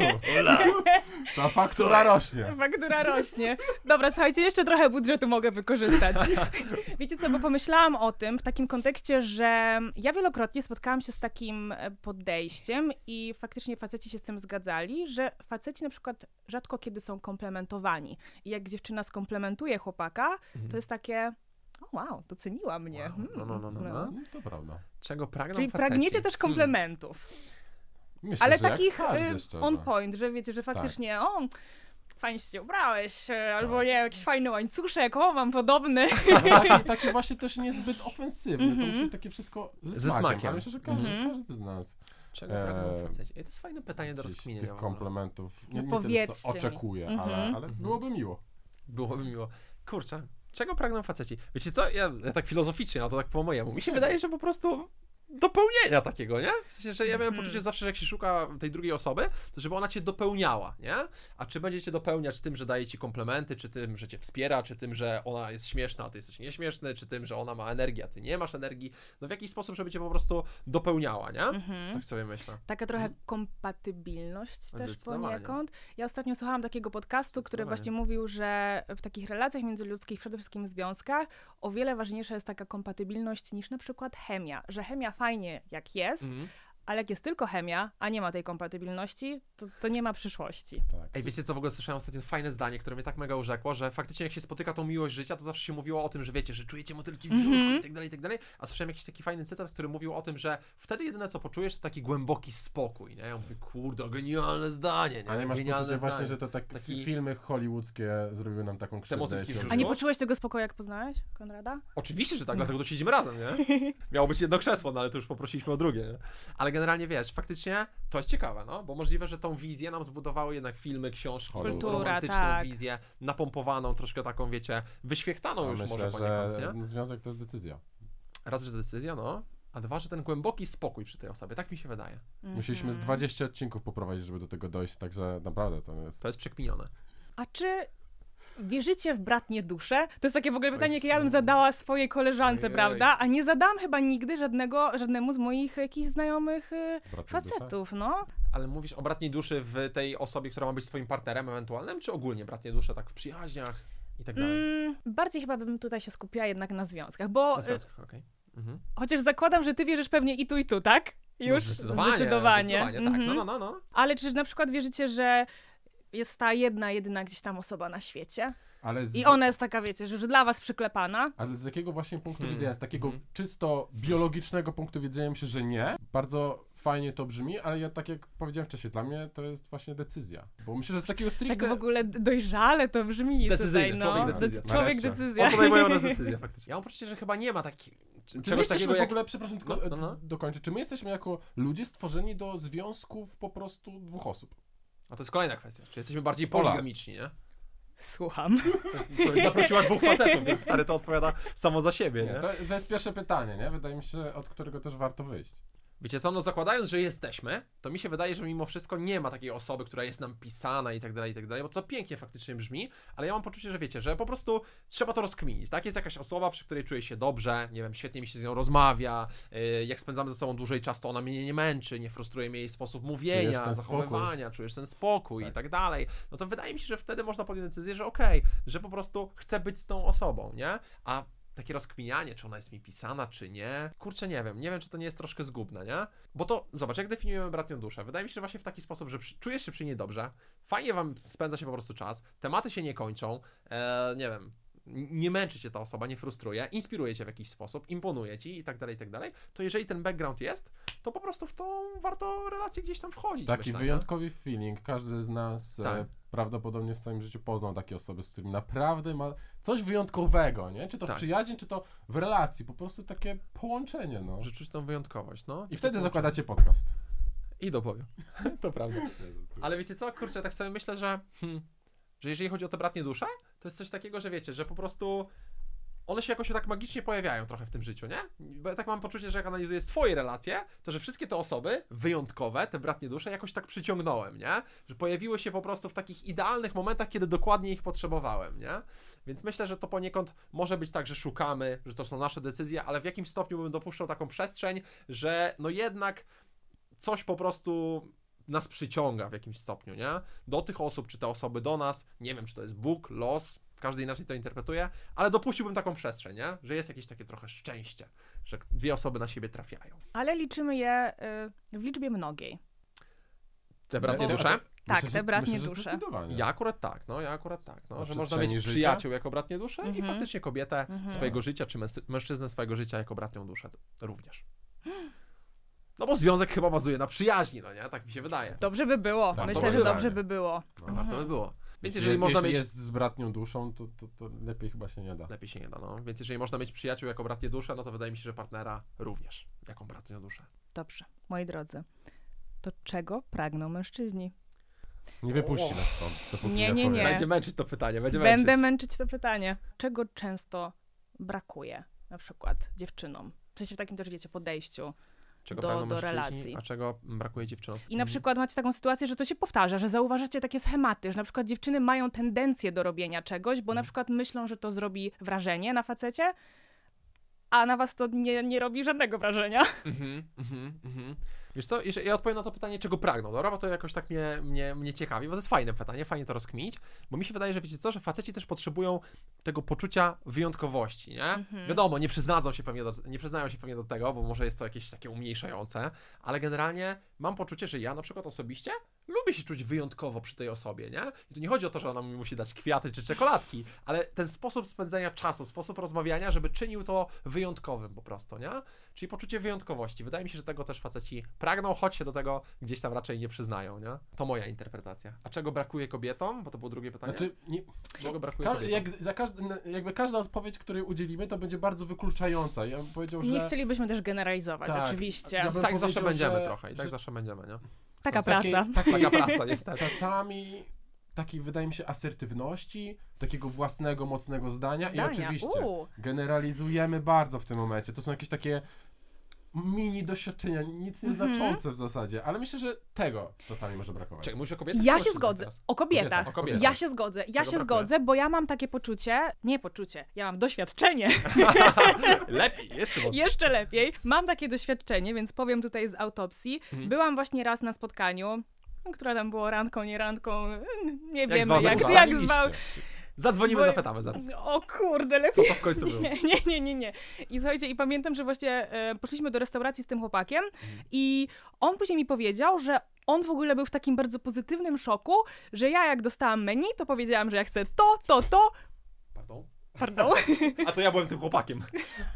Ta faktura rośnie. Faktura rośnie. Dobra, słuchajcie, jeszcze trochę budżetu mogę wykorzystać. Wiecie co, bo pomyślałam o tym w takim kontekście, że ja wielokrotnie spotkałam się z takim podejściem i faktycznie faceci się z tym zgadzali, że faceci na przykład rzadko kiedy są komplementowani. I jak dziewczyna skomplementuje chłopaka, to jest takie... O wow, doceniła mnie. No. No, to prawda. Czego pragną Czyli faceci? pragniecie też komplementów. Myślę, Ale że jak takich każdy, szczerze. on point, że wiecie, że faktycznie fajnie się ubrałeś, albo nie, jakiś fajny łańcuszek, mam podobny. Taki właśnie też niezbyt ofensywny, to musi być takie wszystko ze smakiem. Ale myślę, że każdy z nas Czego pragną faceci? To jest fajne pytanie do rozkminienia. tych komplementów, nie tyle powiedzcie co oczekuje, ale byłoby miło. Byłoby miło. Kurczę, czego pragną faceci? Wiecie co, ja tak filozoficznie, a to tak po mojemu. Mi się wydaje, że po prostu dopełnienia takiego, nie? W sensie, że ja miałem poczucie zawsze, że jak się szuka tej drugiej osoby, to żeby ona cię dopełniała, nie? A czy będziecie dopełniać tym, że daje ci komplementy, czy tym, że cię wspiera, czy tym, że ona jest śmieszna, a ty jesteś nieśmieszny, czy tym, że ona ma energię, a ty nie masz energii, no w jakiś sposób, żeby cię po prostu dopełniała, nie? Tak sobie myślę. Taka trochę kompatybilność też Zdecydowanie. poniekąd. Ja ostatnio słuchałam takiego podcastu, który właśnie mówił, że w takich relacjach międzyludzkich, przede wszystkim w związkach, o wiele ważniejsza jest taka kompatybilność niż na przykład chemia. Że chemia fajnie jak jest, ale jak jest tylko chemia, a nie ma tej kompatybilności, to nie ma przyszłości. Tak. Ej, wiecie co, w ogóle słyszałem ostatnio fajne zdanie, które mnie tak mega urzekło, że faktycznie jak się spotyka tą miłość życia, to zawsze się mówiło o tym, że wiecie, że czujecie motylki w brzuszku i tak dalej, a słyszałem jakiś taki fajny cytat, który mówił o tym, że wtedy jedyne co poczujesz to taki głęboki spokój, nie? Ja mówię, kurde, genialne zdanie, nie? A nie masz Genialne poczucia właśnie, zdanie. że to Taki- filmy hollywoodzkie zrobiły nam taką krzywdę. motylki jeśli w chodzi A brzuszku? nie poczułeś tego spokoju, jak poznałeś Konrada? Oczywiście, że tak, dlatego tu siedzimy razem, nie? Miało być jedno krzesło, no ale tu już poprosiliśmy o drugie, nie? Ale generalnie wiesz, faktycznie to jest ciekawe, no, bo możliwe, że tą wizję nam zbudowały jednak filmy, książki, Kultura, romantyczną tak. wizję, napompowaną, troszkę taką, wiecie, wyświechtaną A już myślę, może poniekąd, że nie? związek to jest decyzja. Raz, że decyzja, no, a dwa, że ten głęboki spokój przy tej osobie, tak mi się wydaje. Musieliśmy z 20 odcinków poprowadzić, żeby do tego dojść, także naprawdę to jest... To jest przekminione. A czy Wierzycie w bratnie dusze? To jest takie w ogóle pytanie, jakie ja bym Ojcu. zadała swojej koleżance, Ojej. prawda? A nie zadałam chyba nigdy żadnemu z moich jakichś znajomych Bratnie facetów, no. Ale mówisz o bratniej duszy w tej osobie, która ma być twoim partnerem ewentualnym, czy ogólnie bratnie dusze tak w przyjaźniach i tak dalej? Bardziej chyba bym tutaj się skupiała jednak na związkach, bo Na związkach, okej. Mhm. chociaż zakładam, że ty wierzysz pewnie i tu, tak? Już? No zdecydowanie, tak. Mhm. No. Ale czy na przykład wierzycie, że jest ta jedyna gdzieś tam osoba na świecie? Ale I ona jest taka, wiecie, że już dla was przyklepana? Ale z jakiego właśnie punktu Hmm. widzenia? Z takiego Mhm. czysto biologicznego punktu widzenia myślę, że nie. Bardzo fajnie to brzmi, ale ja tak jak powiedziałem wcześniej, dla mnie to jest właśnie decyzja. Bo myślę, że z takiego stricte... Tak w ogóle dojrzale to brzmi Decyzyjny, tutaj, no. człowiek decyzja. Człowiek Nareszcie. decyzja. On podejmuje nas decyzję faktycznie. Ja mam poczucie, że chyba nie ma takich Czy my czegoś jesteśmy takiego w jak... ogóle, przepraszam, tylko No. dokończę, czy my jesteśmy jako ludzie stworzeni do związków po prostu dwóch osób? A to jest kolejna kwestia. Czy jesteśmy bardziej Ola. poligamiczni, nie? Słucham. Sobie zaprosiła dwóch facetów, więc stary to odpowiada samo za siebie, nie? To jest pierwsze pytanie, nie? Wydaje mi się, od którego też warto wyjść. Wiecie co, no zakładając, że jesteśmy, to mi się wydaje, że mimo wszystko nie ma takiej osoby, która jest nam pisana i tak dalej, bo to pięknie faktycznie brzmi, ale ja mam poczucie, że wiecie, że po prostu trzeba to rozkminić, tak? Jest jakaś osoba, przy której czuję się dobrze, nie wiem, świetnie mi się z nią rozmawia, jak spędzamy ze sobą dłużej czas, to ona mnie nie męczy, nie frustruje mnie jej sposób Czujesz mówienia, ten zachowywania, czujesz ten spokój Tak. i tak dalej, no to wydaje mi się, że wtedy można podjąć decyzję, że okej, że po prostu chcę być z tą osobą, nie? A takie rozkminianie, czy ona jest mi pisana, czy nie. Kurczę, nie wiem, czy to nie jest troszkę zgubne, nie? Bo to, zobacz, jak definiujemy bratnią duszę. Wydaje mi się, że właśnie w taki sposób, że czujesz się przy niej dobrze, fajnie wam spędza się po prostu czas, tematy się nie kończą, nie wiem, nie męczy cię ta osoba, nie frustruje, inspiruje cię w jakiś sposób, imponuje ci i tak dalej, to jeżeli ten background jest, to po prostu w tą warto relację gdzieś tam wchodzić. Taki myślę, wyjątkowy feeling. Każdy z nas Tak. prawdopodobnie w swoim życiu poznał takie osoby, z którymi naprawdę ma coś wyjątkowego, nie? Czy to Tak. w przyjaźni, czy to w relacji. Po prostu takie połączenie, no. nie? Że czuć tą wyjątkowość, no. I wtedy to zakładacie podcast. I dopowiem. To prawda. Ale wiecie co, kurczę, tak sobie myślę, że jeżeli chodzi o te bratnie dusze, to jest coś takiego, że wiecie, że po prostu one się jakoś tak magicznie pojawiają trochę w tym życiu, nie? Bo ja tak mam poczucie, że jak analizuję swoje relacje, to że wszystkie te osoby wyjątkowe, te bratnie dusze, jakoś tak przyciągnąłem, nie? Że pojawiły się po prostu w takich idealnych momentach, kiedy dokładnie ich potrzebowałem, nie? Więc myślę, że to poniekąd może być tak, że szukamy, że to są nasze decyzje, ale w jakimś stopniu bym dopuszczał taką przestrzeń, że no jednak coś po prostu nas przyciąga w jakimś stopniu, nie? Do tych osób, czy te osoby do nas, nie wiem, czy to jest Bóg, los, każdy inaczej to interpretuje, ale dopuściłbym taką przestrzeń, nie? Że jest jakieś takie trochę szczęście, że dwie osoby na siebie trafiają. Ale liczymy je w liczbie mnogiej. Te bratnie No, dusze? Tak, Myślę, te że- bratnie myślę, że dusze. zdecydowanie. Ja akurat tak, no, Na że można przestrzeni mieć życia? przyjaciół jako bratnie dusze i Mhm. faktycznie kobietę Mhm. swojego życia, czy mężczyznę swojego życia jako bratnią duszę również. No bo związek chyba bazuje na przyjaźni, no nie? Tak mi się wydaje. Dobrze by było. Tak, Myślę, to że wydaje. dobrze by było. No. Warto by było. Więc Jeśli jeżeli jest, można jeśli mieć... jest z bratnią duszą, to lepiej chyba się nie da. Lepiej się nie da, no. Więc jeżeli można mieć przyjaciół jako bratnie dusze, no to wydaje mi się, że partnera również jako bratnią duszę. Dobrze, moi drodzy. To czego pragną mężczyźni? Nie wypuści nas stąd. dopóki Nie, odpowie. nie. Będzie męczyć to pytanie, będzie Będę męczyć. męczyć to pytanie. Czego często brakuje na przykład dziewczynom? W sensie w takim też, wiecie, podejściu. Czego do pragną mężczyźni, relacji. a czego brakuje dziewczynom? I na przykład macie taką sytuację, że to się powtarza, że zauważacie takie schematy, że na przykład dziewczyny mają tendencję do robienia czegoś, bo na przykład myślą, że to zrobi wrażenie na facecie, a na was to nie robi żadnego wrażenia. Wiesz co, ja odpowiem na to pytanie, czego pragną, dobra? Bo to jakoś tak mnie ciekawi, bo to jest fajne pytanie, fajnie to rozkminić, bo mi się wydaje, że wiecie co, że faceci też potrzebują tego poczucia wyjątkowości, nie? Wiadomo, nie przyznają się pewnie do tego, bo może jest to jakieś takie umniejszające, ale generalnie mam poczucie, że ja na przykład osobiście lubię się czuć wyjątkowo przy tej osobie, nie? I tu nie chodzi o to, że ona mi musi dać kwiaty czy czekoladki, ale ten sposób spędzania czasu, sposób rozmawiania, żeby czynił to wyjątkowym po prostu, nie? Czyli poczucie wyjątkowości. Wydaje mi się, że tego też faceci pragną, choć się do tego gdzieś tam raczej nie przyznają, nie? To moja interpretacja. A czego brakuje kobietom? Bo to było drugie pytanie. Znaczy, nie, Czego brakuje kobietom? jakby każda odpowiedź, której udzielimy, to będzie bardzo wykluczająca. Ja bym powiedział, że... Nie chcielibyśmy też generalizować, Tak. oczywiście. Ja bym Tak zawsze powiedział, będziemy że- trochę i tak że- zawsze będziemy, nie? Taka takiej- praca. Taka praca, niestety. Czasami takiej, wydaje mi się, asertywności, takiego własnego, mocnego zdania. I oczywiście U. generalizujemy bardzo w tym momencie. To są jakieś takie mini doświadczenia, nic nieznaczące w zasadzie, ale myślę, że tego czasami może brakować. Czekaj, mówisz o kobietach? Ja czy się o zgodzę. teraz? O kobietach. O kobietach. Ja się zgodzę. Ja Czego się brakuje? zgodzę, bo ja mam takie ja mam doświadczenie. Lepiej, jeszcze mocniej. Jeszcze lepiej. Mam takie doświadczenie, więc powiem tutaj z autopsji. Byłam właśnie raz na spotkaniu, które tam było randką, nie randką, nie wiemy zwał, jak ustaliliście. zwał. Zadzwonimy, Bo- zapytamy zaraz. O kurde, Co lepiej. to w końcu było? Nie. I słuchajcie, i pamiętam, że właśnie poszliśmy do restauracji z tym chłopakiem i on później mi powiedział, że on w ogóle był w takim bardzo pozytywnym szoku, że ja jak dostałam menu, to powiedziałam, że ja chcę to. Pardon? Pardon. A to ja byłem tym chłopakiem.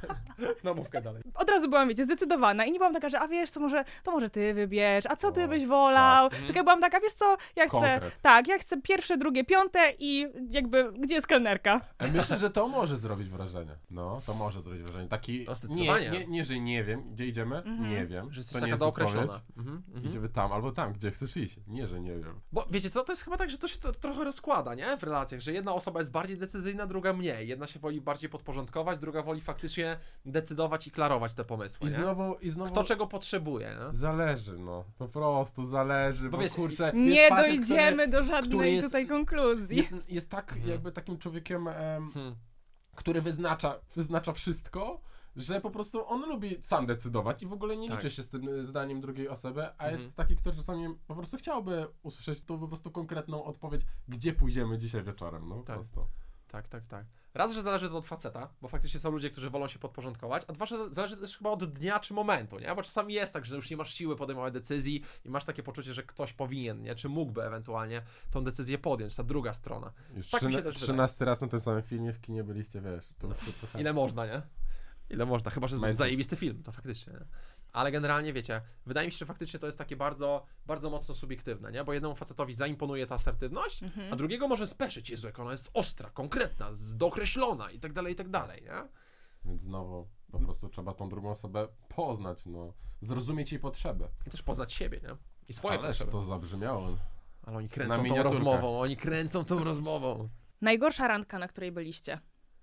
No mówkę dalej. Od razu byłam, wiecie, zdecydowana i nie byłam taka, że a wiesz co, może ty wybierz, a co ty O, byś wolał? tak. Tylko ja byłam taka, wiesz co, ja chcę, Konkret. tak, ja chcę pierwsze, drugie, piąte i jakby, gdzie jest kelnerka? Myślę, że to może zrobić wrażenie. No, to może zrobić wrażenie. Taki, No, zdecydowanie. nie, że nie wiem, gdzie idziemy, nie wiem. Że jesteś to nie taka jest dookreślona. odpowiedź. Idziemy tam albo tam, gdzie chcesz iść. Nie, że nie wiem. Bo wiecie co, to jest chyba tak, że to się trochę rozkłada, nie? W relacjach, że jedna osoba jest bardziej decyzyjna, druga mniej. Jedna się woli bardziej podporządkować, druga woli faktycznie decydować i klarować te pomysły, I nie? znowu Kto czego potrzebuje, nie? zależy, no. Po prostu zależy, bo wiesz, kurczę, Nie jest facet, dojdziemy do żadnej który jest- tutaj konkluzji. jest tak jakby takim człowiekiem, Hmm. który wyznacza wszystko, że po prostu on lubi sam decydować i w ogóle nie Tak. liczy się z tym zdaniem drugiej osoby, a Mhm. jest taki, który czasami po prostu chciałby usłyszeć tą po prostu konkretną odpowiedź, gdzie pójdziemy dzisiaj wieczorem, no po Tak. prostu. Tak. Raz, że zależy to od faceta, bo faktycznie są ludzie, którzy wolą się podporządkować, a dwa, że zależy też chyba od dnia czy momentu, nie? Bo czasami jest tak, że już nie masz siły podejmować decyzji i masz takie poczucie, że ktoś powinien, nie? Czy mógłby ewentualnie tą decyzję podjąć, ta druga strona. Już Tak mi się też 13 raz na tym samym filmie w kinie byliście, wiesz, to już się trochę... Ile można, nie? Ile można, chyba że jest Majtki. zajebisty film, to faktycznie, nie? Ale generalnie wiecie, wydaje mi się, że faktycznie to jest takie bardzo, bardzo mocno subiektywne, nie? Bo jednemu facetowi zaimponuje ta asertywność, a drugiego może speszyć, Jezu, jak ona jest ostra, konkretna, dookreślona i tak dalej, nie? Więc znowu po prostu trzeba tą drugą osobę poznać, no, zrozumieć jej potrzeby. I też poznać siebie, nie? I swoje Ależ potrzeby. to zabrzmiało. Ale oni Na kręcą tą miniaturkę. rozmową, oni kręcą tą rozmową. Najgorsza randka, na której byliście.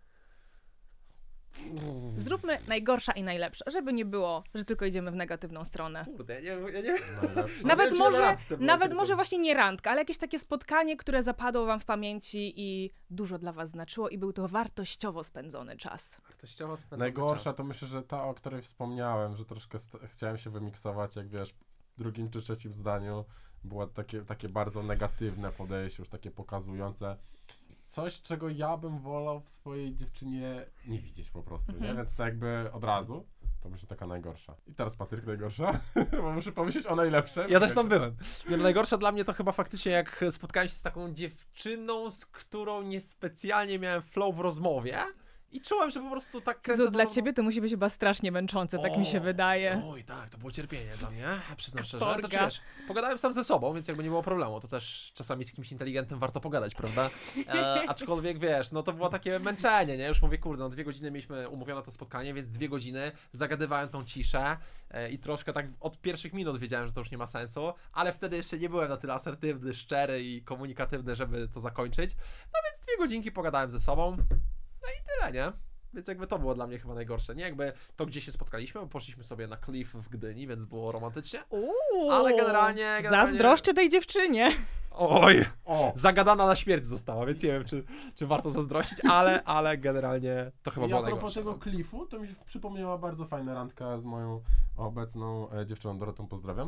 Zróbmy najgorsza i najlepsza, żeby nie było, że tylko idziemy w negatywną stronę. Kurde, ja nie Najlepsze. Nawet wiem, czy na może, randce było nawet tylko. może właśnie nie randka, ale jakieś takie spotkanie, które zapadło wam w pamięci i dużo dla was znaczyło i był to wartościowo spędzony czas. Wartościowo spędzony Najgorsza czas. to myślę, że ta, o której wspomniałem, że troszkę chciałem się wymiksować, jak wiesz, w drugim czy trzecim zdaniu było takie bardzo negatywne podejście, już takie pokazujące coś, czego ja bym wolał w swojej dziewczynie nie widzieć po prostu, nie? Więc to jakby od razu, to myślę taka najgorsza. I teraz Patryk najgorsza, bo muszę pomyśleć o najlepsze. Ja też tam byłem. Nie, no najgorsza dla mnie to chyba faktycznie jak spotkałem się z taką dziewczyną, z którą niespecjalnie miałem flow w rozmowie i czułem, że po prostu tak kręcę Jezu, tą dla rozmowę. ciebie to musi być chyba strasznie męczące, tak mi się wydaje. Oj, tak, to było cierpienie dla mnie, przyznam szczerze. Katorga. Znaczy, wiesz, pogadałem sam ze sobą, więc jakby nie było problemu. To też czasami z kimś inteligentnym warto pogadać, prawda? Aczkolwiek, wiesz, no to było takie męczenie, nie? Już mówię, kurde, no 2 godziny mieliśmy umówione to spotkanie, więc 2 godziny zagadywałem tą ciszę i troszkę tak od pierwszych minut wiedziałem, że to już nie ma sensu, ale wtedy jeszcze nie byłem na tyle asertywny, szczery i komunikatywny, żeby to zakończyć. No więc 2 godzinki pogadałem ze sobą, no i tyle, nie? Więc jakby to było dla mnie chyba najgorsze. Nie jakby to, gdzie się spotkaliśmy, bo poszliśmy sobie na klif w Gdyni, więc było romantycznie. Ale generalnie... Zazdroszczę tej dziewczynie. Oj! O! Zagadana na śmierć została, więc nie wiem, czy warto zazdrościć, ale generalnie to chyba I było a propos najgorsze. tego No. klifu, to mi się przypomniała bardzo fajna randka z moją obecną dziewczyną Dorotą, pozdrawiam.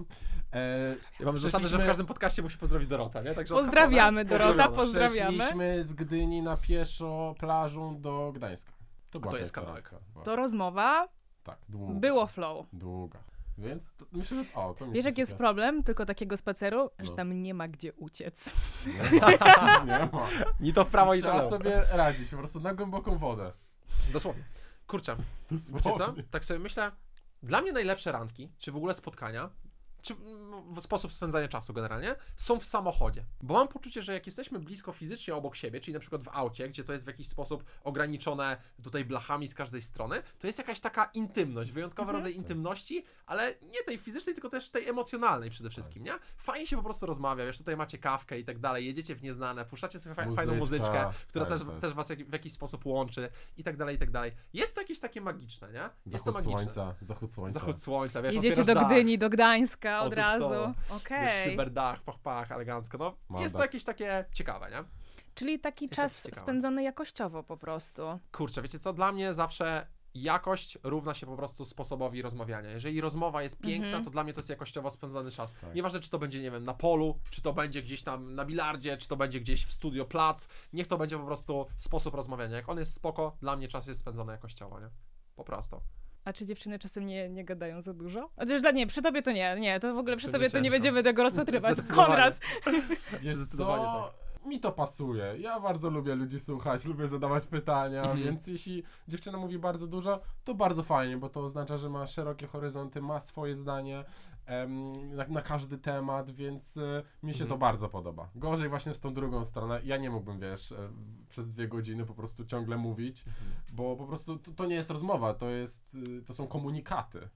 Ja mam zasadę, że w każdym podcaście musi pozdrowić Dorota, nie? Także Pozdrawiamy, Dorota, Pozdrowiona. pozdrawiamy. Przeszliśmy z Gdyni na pieszo plażą do Gdańska. to jest piękna kawałek. randka. Była- To rozmowa, Tak, długa. było flow. Długa. Więc myślę, że to mi Wiesz, się jaki jest sypie. problem tylko takiego spaceru? Że No. tam nie ma gdzie uciec. Nie ma. Nie ma. Ni to w prawo, ni to w Trzeba lewo. sobie radzić, po prostu na głęboką wodę. Dosłownie. Kurczę, wiecie co? Tak sobie myślę, dla mnie najlepsze randki, czy w ogóle spotkania, czy sposób spędzania czasu generalnie, są w samochodzie. Bo mam poczucie, że jak jesteśmy blisko fizycznie obok siebie, czyli na przykład w aucie, gdzie to jest w jakiś sposób ograniczone tutaj blachami z każdej strony, to jest jakaś taka intymność, wyjątkowy rodzaj intymności, ale nie tej fizycznej, tylko też tej emocjonalnej przede wszystkim, nie? Fajnie się po prostu rozmawia, wiesz, tutaj macie kawkę i tak dalej, jedziecie w nieznane, puszczacie sobie fajną muzyczkę, która też was w jakiś sposób łączy i tak dalej, i tak dalej. Jest to jakieś takie magiczne, nie? Jest to magiczne. Zachód słońca, wiesz, jedziecie do Gdyni, do Gdańska od razu. Okej. Szyberdach, pach, elegancko. No, jest to jakieś takie ciekawe, nie? Czyli taki czas spędzony jakościowo po prostu. Kurczę, wiecie co? Dla mnie zawsze jakość równa się po prostu sposobowi rozmawiania. Jeżeli rozmowa jest piękna, to dla mnie to jest jakościowo spędzony czas. Tak. Nieważne, czy to będzie, nie wiem, na polu, czy to będzie gdzieś tam na bilardzie, czy to będzie gdzieś w studio plac. Niech to będzie po prostu sposób rozmawiania. Jak on jest spoko, dla mnie czas jest spędzony jakościowo, nie? Po prostu. A czy dziewczyny czasem nie gadają za dużo? Chociaż przy tobie to nie, to w ogóle przy tobie to nie będziemy tego rozpatrywać. Konrad! Wiesz co? Mi to pasuje. Ja bardzo lubię ludzi słuchać, lubię zadawać pytania, więc jeśli dziewczyna mówi bardzo dużo, to bardzo fajnie, bo to oznacza, że ma szerokie horyzonty, ma swoje zdanie na każdy temat, więc mi się to bardzo podoba. Gorzej właśnie z tą drugą stronę. Ja nie mógłbym, wiesz, przez 2 godziny po prostu ciągle mówić, bo po prostu to nie jest rozmowa, to są komunikaty.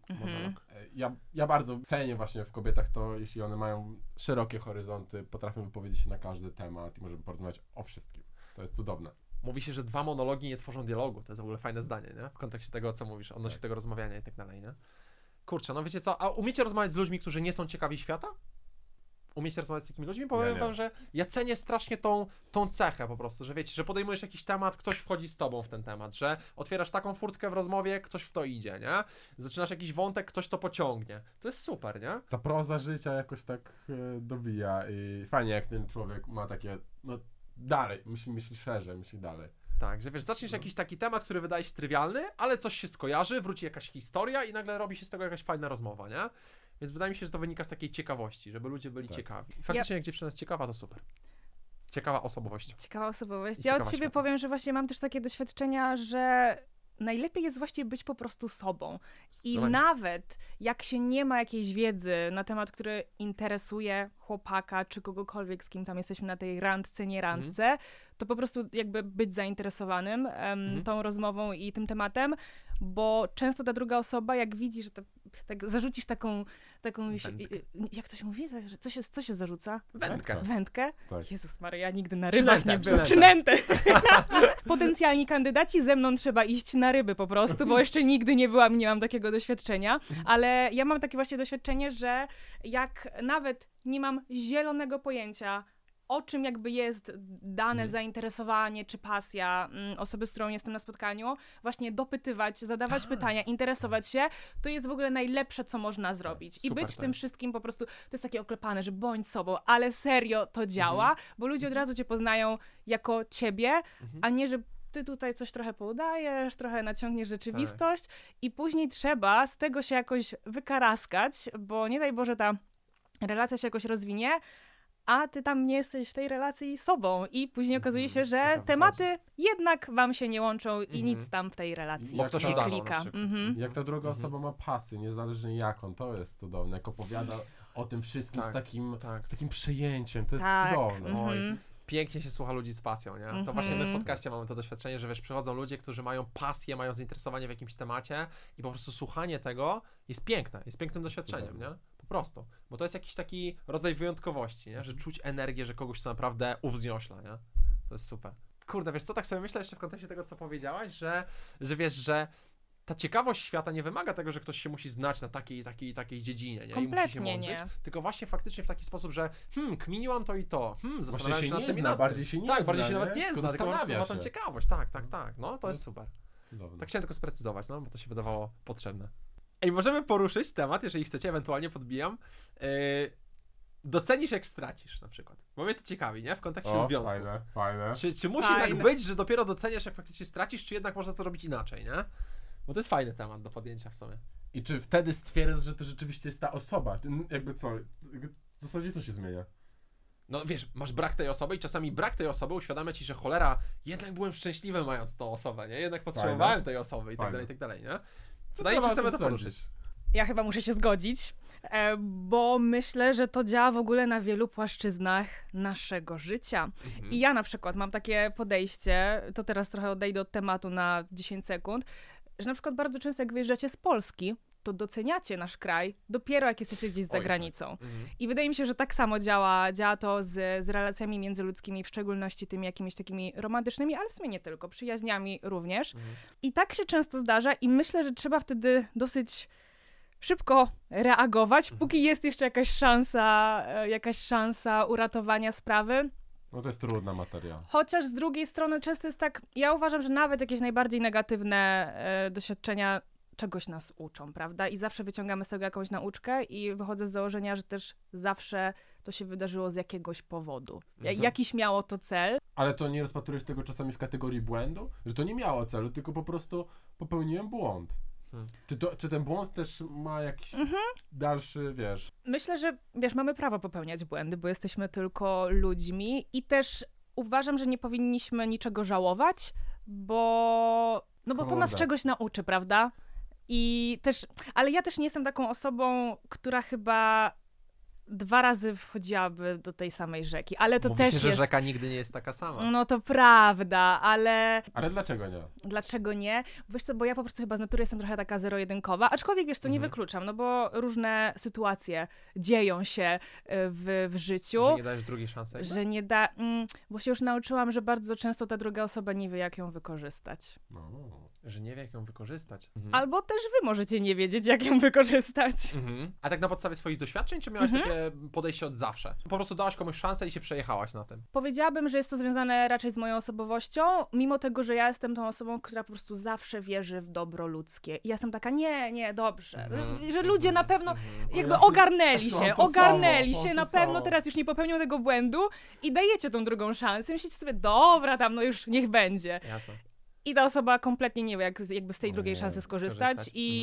Ja bardzo cenię właśnie w kobietach to, jeśli one mają szerokie horyzonty, potrafią wypowiedzieć się na każdy temat i możemy porozmawiać o wszystkim. To jest cudowne. Mówi się, że 2 monologi nie tworzą dialogu. To jest w ogóle fajne zdanie, nie? W kontekście tego, co mówisz, odnośnie tego rozmawiania i tak dalej, nie? Kurczę, no wiecie co, a umiecie rozmawiać z ludźmi, którzy nie są ciekawi świata? Umiecie rozmawiać z takimi ludźmi? Powiem wam, że ja cenię strasznie tą cechę po prostu, że wiecie, że podejmujesz jakiś temat, ktoś wchodzi z tobą w ten temat, że otwierasz taką furtkę w rozmowie, ktoś w to idzie, nie? Zaczynasz jakiś wątek, ktoś to pociągnie. To jest super, nie? Ta proza życia jakoś tak dobija i fajnie, jak ten człowiek ma takie, no dalej, myśli szerzej, myśli dalej. Tak, że wiesz, zaczniesz jakiś taki temat, który wydaje się trywialny, ale coś się skojarzy, wróci jakaś historia i nagle robi się z tego jakaś fajna rozmowa, nie? Więc wydaje mi się, że to wynika z takiej ciekawości, żeby ludzie byli ciekawi. I faktycznie jak dziewczyna jest ciekawa, to super. Ciekawa osobowość. Ciekawa osobowość. Ja od siebie powiem, że właśnie mam też takie doświadczenia, że najlepiej jest właśnie być po prostu sobą. I nawet jak się nie ma jakiejś wiedzy na temat, który interesuje chłopaka, czy kogokolwiek, z kim tam jesteśmy na tej randce, nie randce, to po prostu jakby być zainteresowanym tą rozmową i tym tematem, bo często ta druga osoba, jak widzi, że tak zarzucisz taką jak to się mówi? Co się zarzuca? Wędkę? Tak. Jezus Maria, ja nigdy na rybach nie byłam. Przynętę. Potencjalni kandydaci, ze mną trzeba iść na ryby po prostu, bo jeszcze nigdy nie byłam, nie mam takiego doświadczenia, ale ja mam takie właśnie doświadczenie, że jak nawet nie mam zielonego pojęcia, o czym jakby jest dane zainteresowanie czy pasja osoby, z którą jestem na spotkaniu, właśnie dopytywać, zadawać pytania, interesować się, to jest w ogóle najlepsze, co można zrobić. I być w tym wszystkim po prostu, to jest takie oklepane, że bądź sobą, ale serio to działa, bo ludzie od razu cię poznają jako ciebie, a nie, że ty tutaj coś trochę poudajesz, trochę naciągniesz rzeczywistość i później trzeba z tego się jakoś wykaraskać, bo nie daj Boże ta relacja się jakoś rozwinie, a ty tam nie jesteś w tej relacji sobą i później okazuje się, że tematy jednak wam się nie łączą i nic tam w tej relacji bo ktoś nie klika. Jak ta druga osoba ma pasję, niezależnie jaką, to jest cudowne, jak opowiada o tym wszystkim z takim przejęciem, to jest cudowne. Oj, pięknie się słucha ludzi z pasją, nie? To właśnie my w podcaście mamy to doświadczenie, że wiesz, przychodzą ludzie, którzy mają pasję, mają zainteresowanie w jakimś temacie i po prostu słuchanie tego jest piękne, jest pięknym doświadczeniem, nie? Po prostu, bo to jest jakiś taki rodzaj wyjątkowości, nie? Że czuć energię, że kogoś to naprawdę uwznieśla, nie? To jest super. Kurde, wiesz co, tak sobie myślę jeszcze w kontekście tego, co powiedziałaś, że wiesz, że ta ciekawość świata nie wymaga tego, że ktoś się musi znać na takiej dziedzinie, nie? I musi się mądrzyć, tylko właśnie faktycznie w taki sposób, że kminiłam to i to, zastanawiam się nad tym i nad tym. Bardziej się nie zna, bardziej się nawet nie zna, tylko ma tą ciekawość, tak, no to jest super. Cudowne. Tak chciałem tylko sprecyzować, no, bo to się wydawało potrzebne. Ej, możemy poruszyć temat, jeżeli chcecie, ewentualnie podbijam. Docenisz, jak stracisz, na przykład. Bo mnie to ciekawi, nie? W kontekście związku. Fajne. Czy musi tak być, że dopiero doceniasz, jak faktycznie stracisz, czy jednak można to robić inaczej, nie? Bo to jest fajny temat do podjęcia w sumie. I czy wtedy stwierdzasz, że to rzeczywiście jest ta osoba? Jakby co? W zasadzie co się zmienia? No wiesz, masz brak tej osoby i czasami brak tej osoby uświadamia ci, że cholera, jednak byłem szczęśliwy mając tą osobę, nie? Jednak potrzebowałem tej osoby i tak dalej, nie? Wydaje mi się, że chcemy to poruszyć. Ja chyba muszę się zgodzić, bo myślę, że to działa w ogóle na wielu płaszczyznach naszego życia. I ja na przykład mam takie podejście, to teraz trochę odejdę od tematu na 10 sekund, że na przykład bardzo często jak wyjeżdżacie z Polski, to doceniacie nasz kraj dopiero jak jesteście gdzieś za granicą. I wydaje mi się, że tak samo działa to z relacjami międzyludzkimi, w szczególności tymi jakimiś takimi romantycznymi, ale w sumie nie tylko, przyjaźniami również. I tak się często zdarza i myślę, że trzeba wtedy dosyć szybko reagować, póki jest jeszcze jakaś szansa uratowania sprawy. No to jest trudna materia. Chociaż z drugiej strony często jest tak, ja uważam, że nawet jakieś najbardziej negatywne doświadczenia czegoś nas uczą, prawda? I zawsze wyciągamy z tego jakąś nauczkę i wychodzę z założenia, że też zawsze to się wydarzyło z jakiegoś powodu. Jakiś miało to cel. Ale to nie rozpatrujesz tego czasami w kategorii błędu? Że to nie miało celu, tylko po prostu popełniłem błąd. Czy ten błąd też ma jakiś dalszy, wiesz... Myślę, że mamy prawo popełniać błędy, bo jesteśmy tylko ludźmi i też uważam, że nie powinniśmy niczego żałować, bo to nas czegoś nauczy, prawda? I też, ale ja też nie jestem taką osobą, która chyba 2 razy wchodziłaby do tej samej rzeki, ale to Mówi też się, że jest... rzeka nigdy nie jest taka sama. No to prawda, ale... Ale dlaczego nie? Dlaczego nie? Wiesz co, bo ja po prostu chyba z natury jestem trochę taka zero-jedynkowa, aczkolwiek wiesz co, nie wykluczam, no bo różne sytuacje dzieją się w życiu. Że nie dajesz drugiej szansy? Jakby? Że nie da... bo się już nauczyłam, że bardzo często ta druga osoba nie wie, jak ją wykorzystać. Że nie wie, jak ją wykorzystać. Albo też wy możecie nie wiedzieć, jak ją wykorzystać. A tak na podstawie swoich doświadczeń, czy miałaś takie podejście od zawsze? Po prostu dałaś komuś szansę i się przejechałaś na tym? Powiedziałabym, że jest to związane raczej z moją osobowością, mimo tego, że ja jestem tą osobą, która po prostu zawsze wierzy w dobro ludzkie. I ja jestem taka, nie, dobrze. Że ludzie na pewno jakby ogarnęli się, na pewno teraz już nie popełnią tego błędu i dajecie tą drugą szansę. Myślicie sobie, dobra, tam no już niech będzie. Jasne. I ta osoba kompletnie nie wie, jak jakby z tej drugiej szansy skorzystać.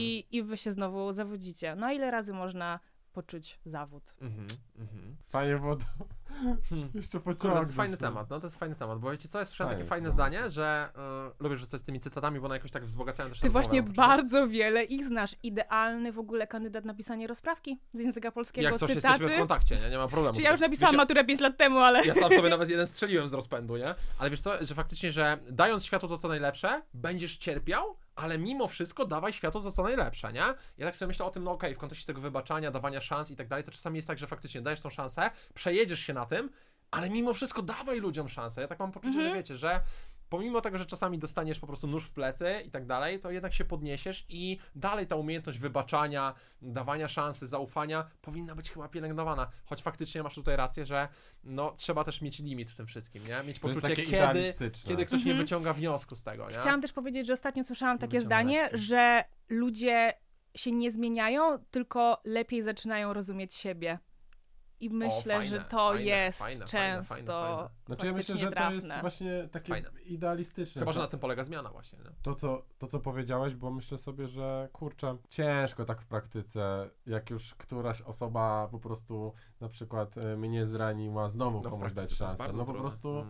I wy się znowu zawodzicie. No ile razy można poczuć zawód? Fajnie, bo to jeszcze pociągnę. To jest fajny temat, to jest fajny temat, bo wiecie co, jest takie fajne zdanie, że lubię rzucać tymi cytatami, bo one jakoś tak wzbogacają też Ty właśnie bardzo wiele ich znasz. Idealny w ogóle kandydat na pisanie rozprawki z języka polskiego, jak coś cytaty. jesteśmy w kontakcie, nie ma problemu. Czy ja już napisałam maturę 5 lat temu, ale... Ja sam sobie nawet jeden strzeliłem z rozpędu, nie? Ale wiesz co, że faktycznie, że dając światu to, co najlepsze, będziesz cierpiał, ale mimo wszystko dawaj światu to, co najlepsze, nie? Ja tak sobie myślę o tym, no okej, w kontekście tego wybaczania, dawania szans i tak dalej, to czasami jest tak, że faktycznie dajesz tą szansę, przejedziesz się na tym, ale mimo wszystko dawaj ludziom szansę. Ja tak mam poczucie, że wiecie, że pomimo tego, że czasami dostaniesz po prostu nóż w plecy i tak dalej, to jednak się podniesiesz i dalej ta umiejętność wybaczania, dawania szansy, zaufania powinna być chyba pielęgnowana. Choć faktycznie masz tutaj rację, że no trzeba też mieć limit w tym wszystkim, nie? Mieć poczucie, kiedy ktoś nie wyciąga wniosku z tego, nie? Chciałam też powiedzieć, że ostatnio słyszałam takie zdanie, że ludzie się nie zmieniają, tylko lepiej zaczynają rozumieć siebie. I myślę, że to jest często. Znaczy ja myślę, że to jest właśnie takie idealistyczne. Chyba, że na tym polega zmiana właśnie. Nie? To, co powiedziałeś, bo myślę sobie, że kurczę, ciężko tak w praktyce, jak już któraś osoba po prostu na przykład mnie zraniła, znowu komuś dać szansę. No po prostu...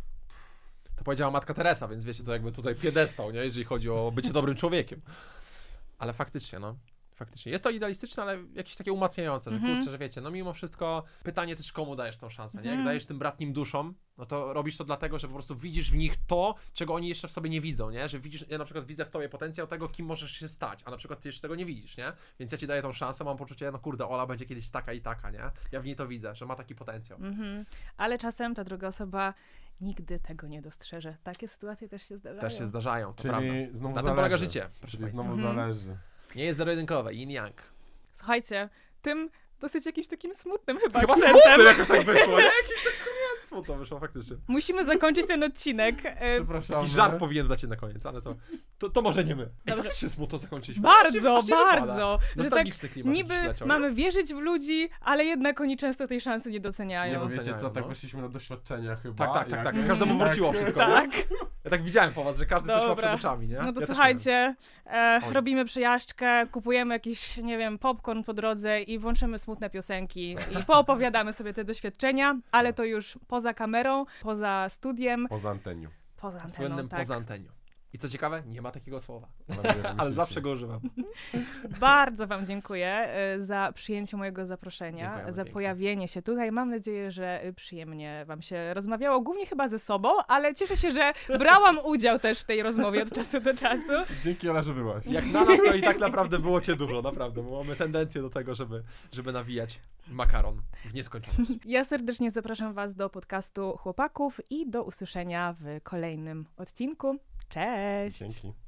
To powiedziała Matka Teresa, więc wiecie, to jakby tutaj piedestał, nie? Jeżeli chodzi o bycie dobrym człowiekiem. Ale faktycznie, Faktycznie. Jest to idealistyczne, ale jakieś takie umacniające, że kurczę, że wiecie, no mimo wszystko pytanie też komu dajesz tą szansę, nie? Jak dajesz tym bratnim duszom, no to robisz to dlatego, że po prostu widzisz w nich to, czego oni jeszcze w sobie nie widzą, nie? Że widzisz, ja na przykład widzę w tobie potencjał tego, kim możesz się stać, a na przykład ty jeszcze tego nie widzisz, nie? Więc ja ci daję tą szansę, mam poczucie, no kurde, Ola będzie kiedyś taka i taka, nie? Ja w niej to widzę, że ma taki potencjał. Ale czasem ta druga osoba nigdy tego nie dostrzeże. Takie sytuacje też się zdarzają. Też się zdarzają, to czyli prawda. Znowu na tym polega życie. Czyli znowu zależy. Nie jest zero-jedynkowe, yin-yang. Słuchajcie, tym dosyć jakimś takim smutnym chyba smutnym jakoś tak wyszło, nie? Jakiś tak smutno wyszło faktycznie. Musimy zakończyć ten odcinek. Przepraszam. Jakiś żart powinien dać na koniec, ale to może nie my. Faktycznie smutno zakończyliśmy. Bardzo. Nostalgiczny klimat. Niby mamy wierzyć w ludzi, ale jednak oni często tej szansy nie doceniają. Nie, bo wiecie co, tak wyszliśmy na doświadczenia chyba. Tak. Każdemu wróciło wszystko, tak. Nie? Ja tak widziałem po was, że każdy coś ma przed oczami, nie? No to słuchajcie, robimy przejażdżkę, kupujemy jakiś, nie wiem, popcorn po drodze i włączymy smutne piosenki i poopowiadamy sobie te doświadczenia, ale to już poza kamerą, poza studiem. Poza antenią. Poza anteną, Słynnym tak. poza antenią. I co ciekawe, nie ma takiego słowa, Mam nadzieję, że ale myślicie. zawsze go używam. Bardzo wam dziękuję za przyjęcie mojego zaproszenia, Dziękujemy za pięknie. pojawienie się tutaj. Mam nadzieję, że przyjemnie wam się rozmawiało, głównie chyba ze sobą, ale cieszę się, że brałam udział też w tej rozmowie od czasu do czasu. Dzięki, Ola, że byłaś. Jak na nas to i tak naprawdę było cię dużo, naprawdę, bo mamy tendencję do tego, żeby nawijać makaron w nieskończoność. Ja serdecznie zapraszam was do podcastu Chłopaków i do usłyszenia w kolejnym odcinku. Cześć! Dzięki.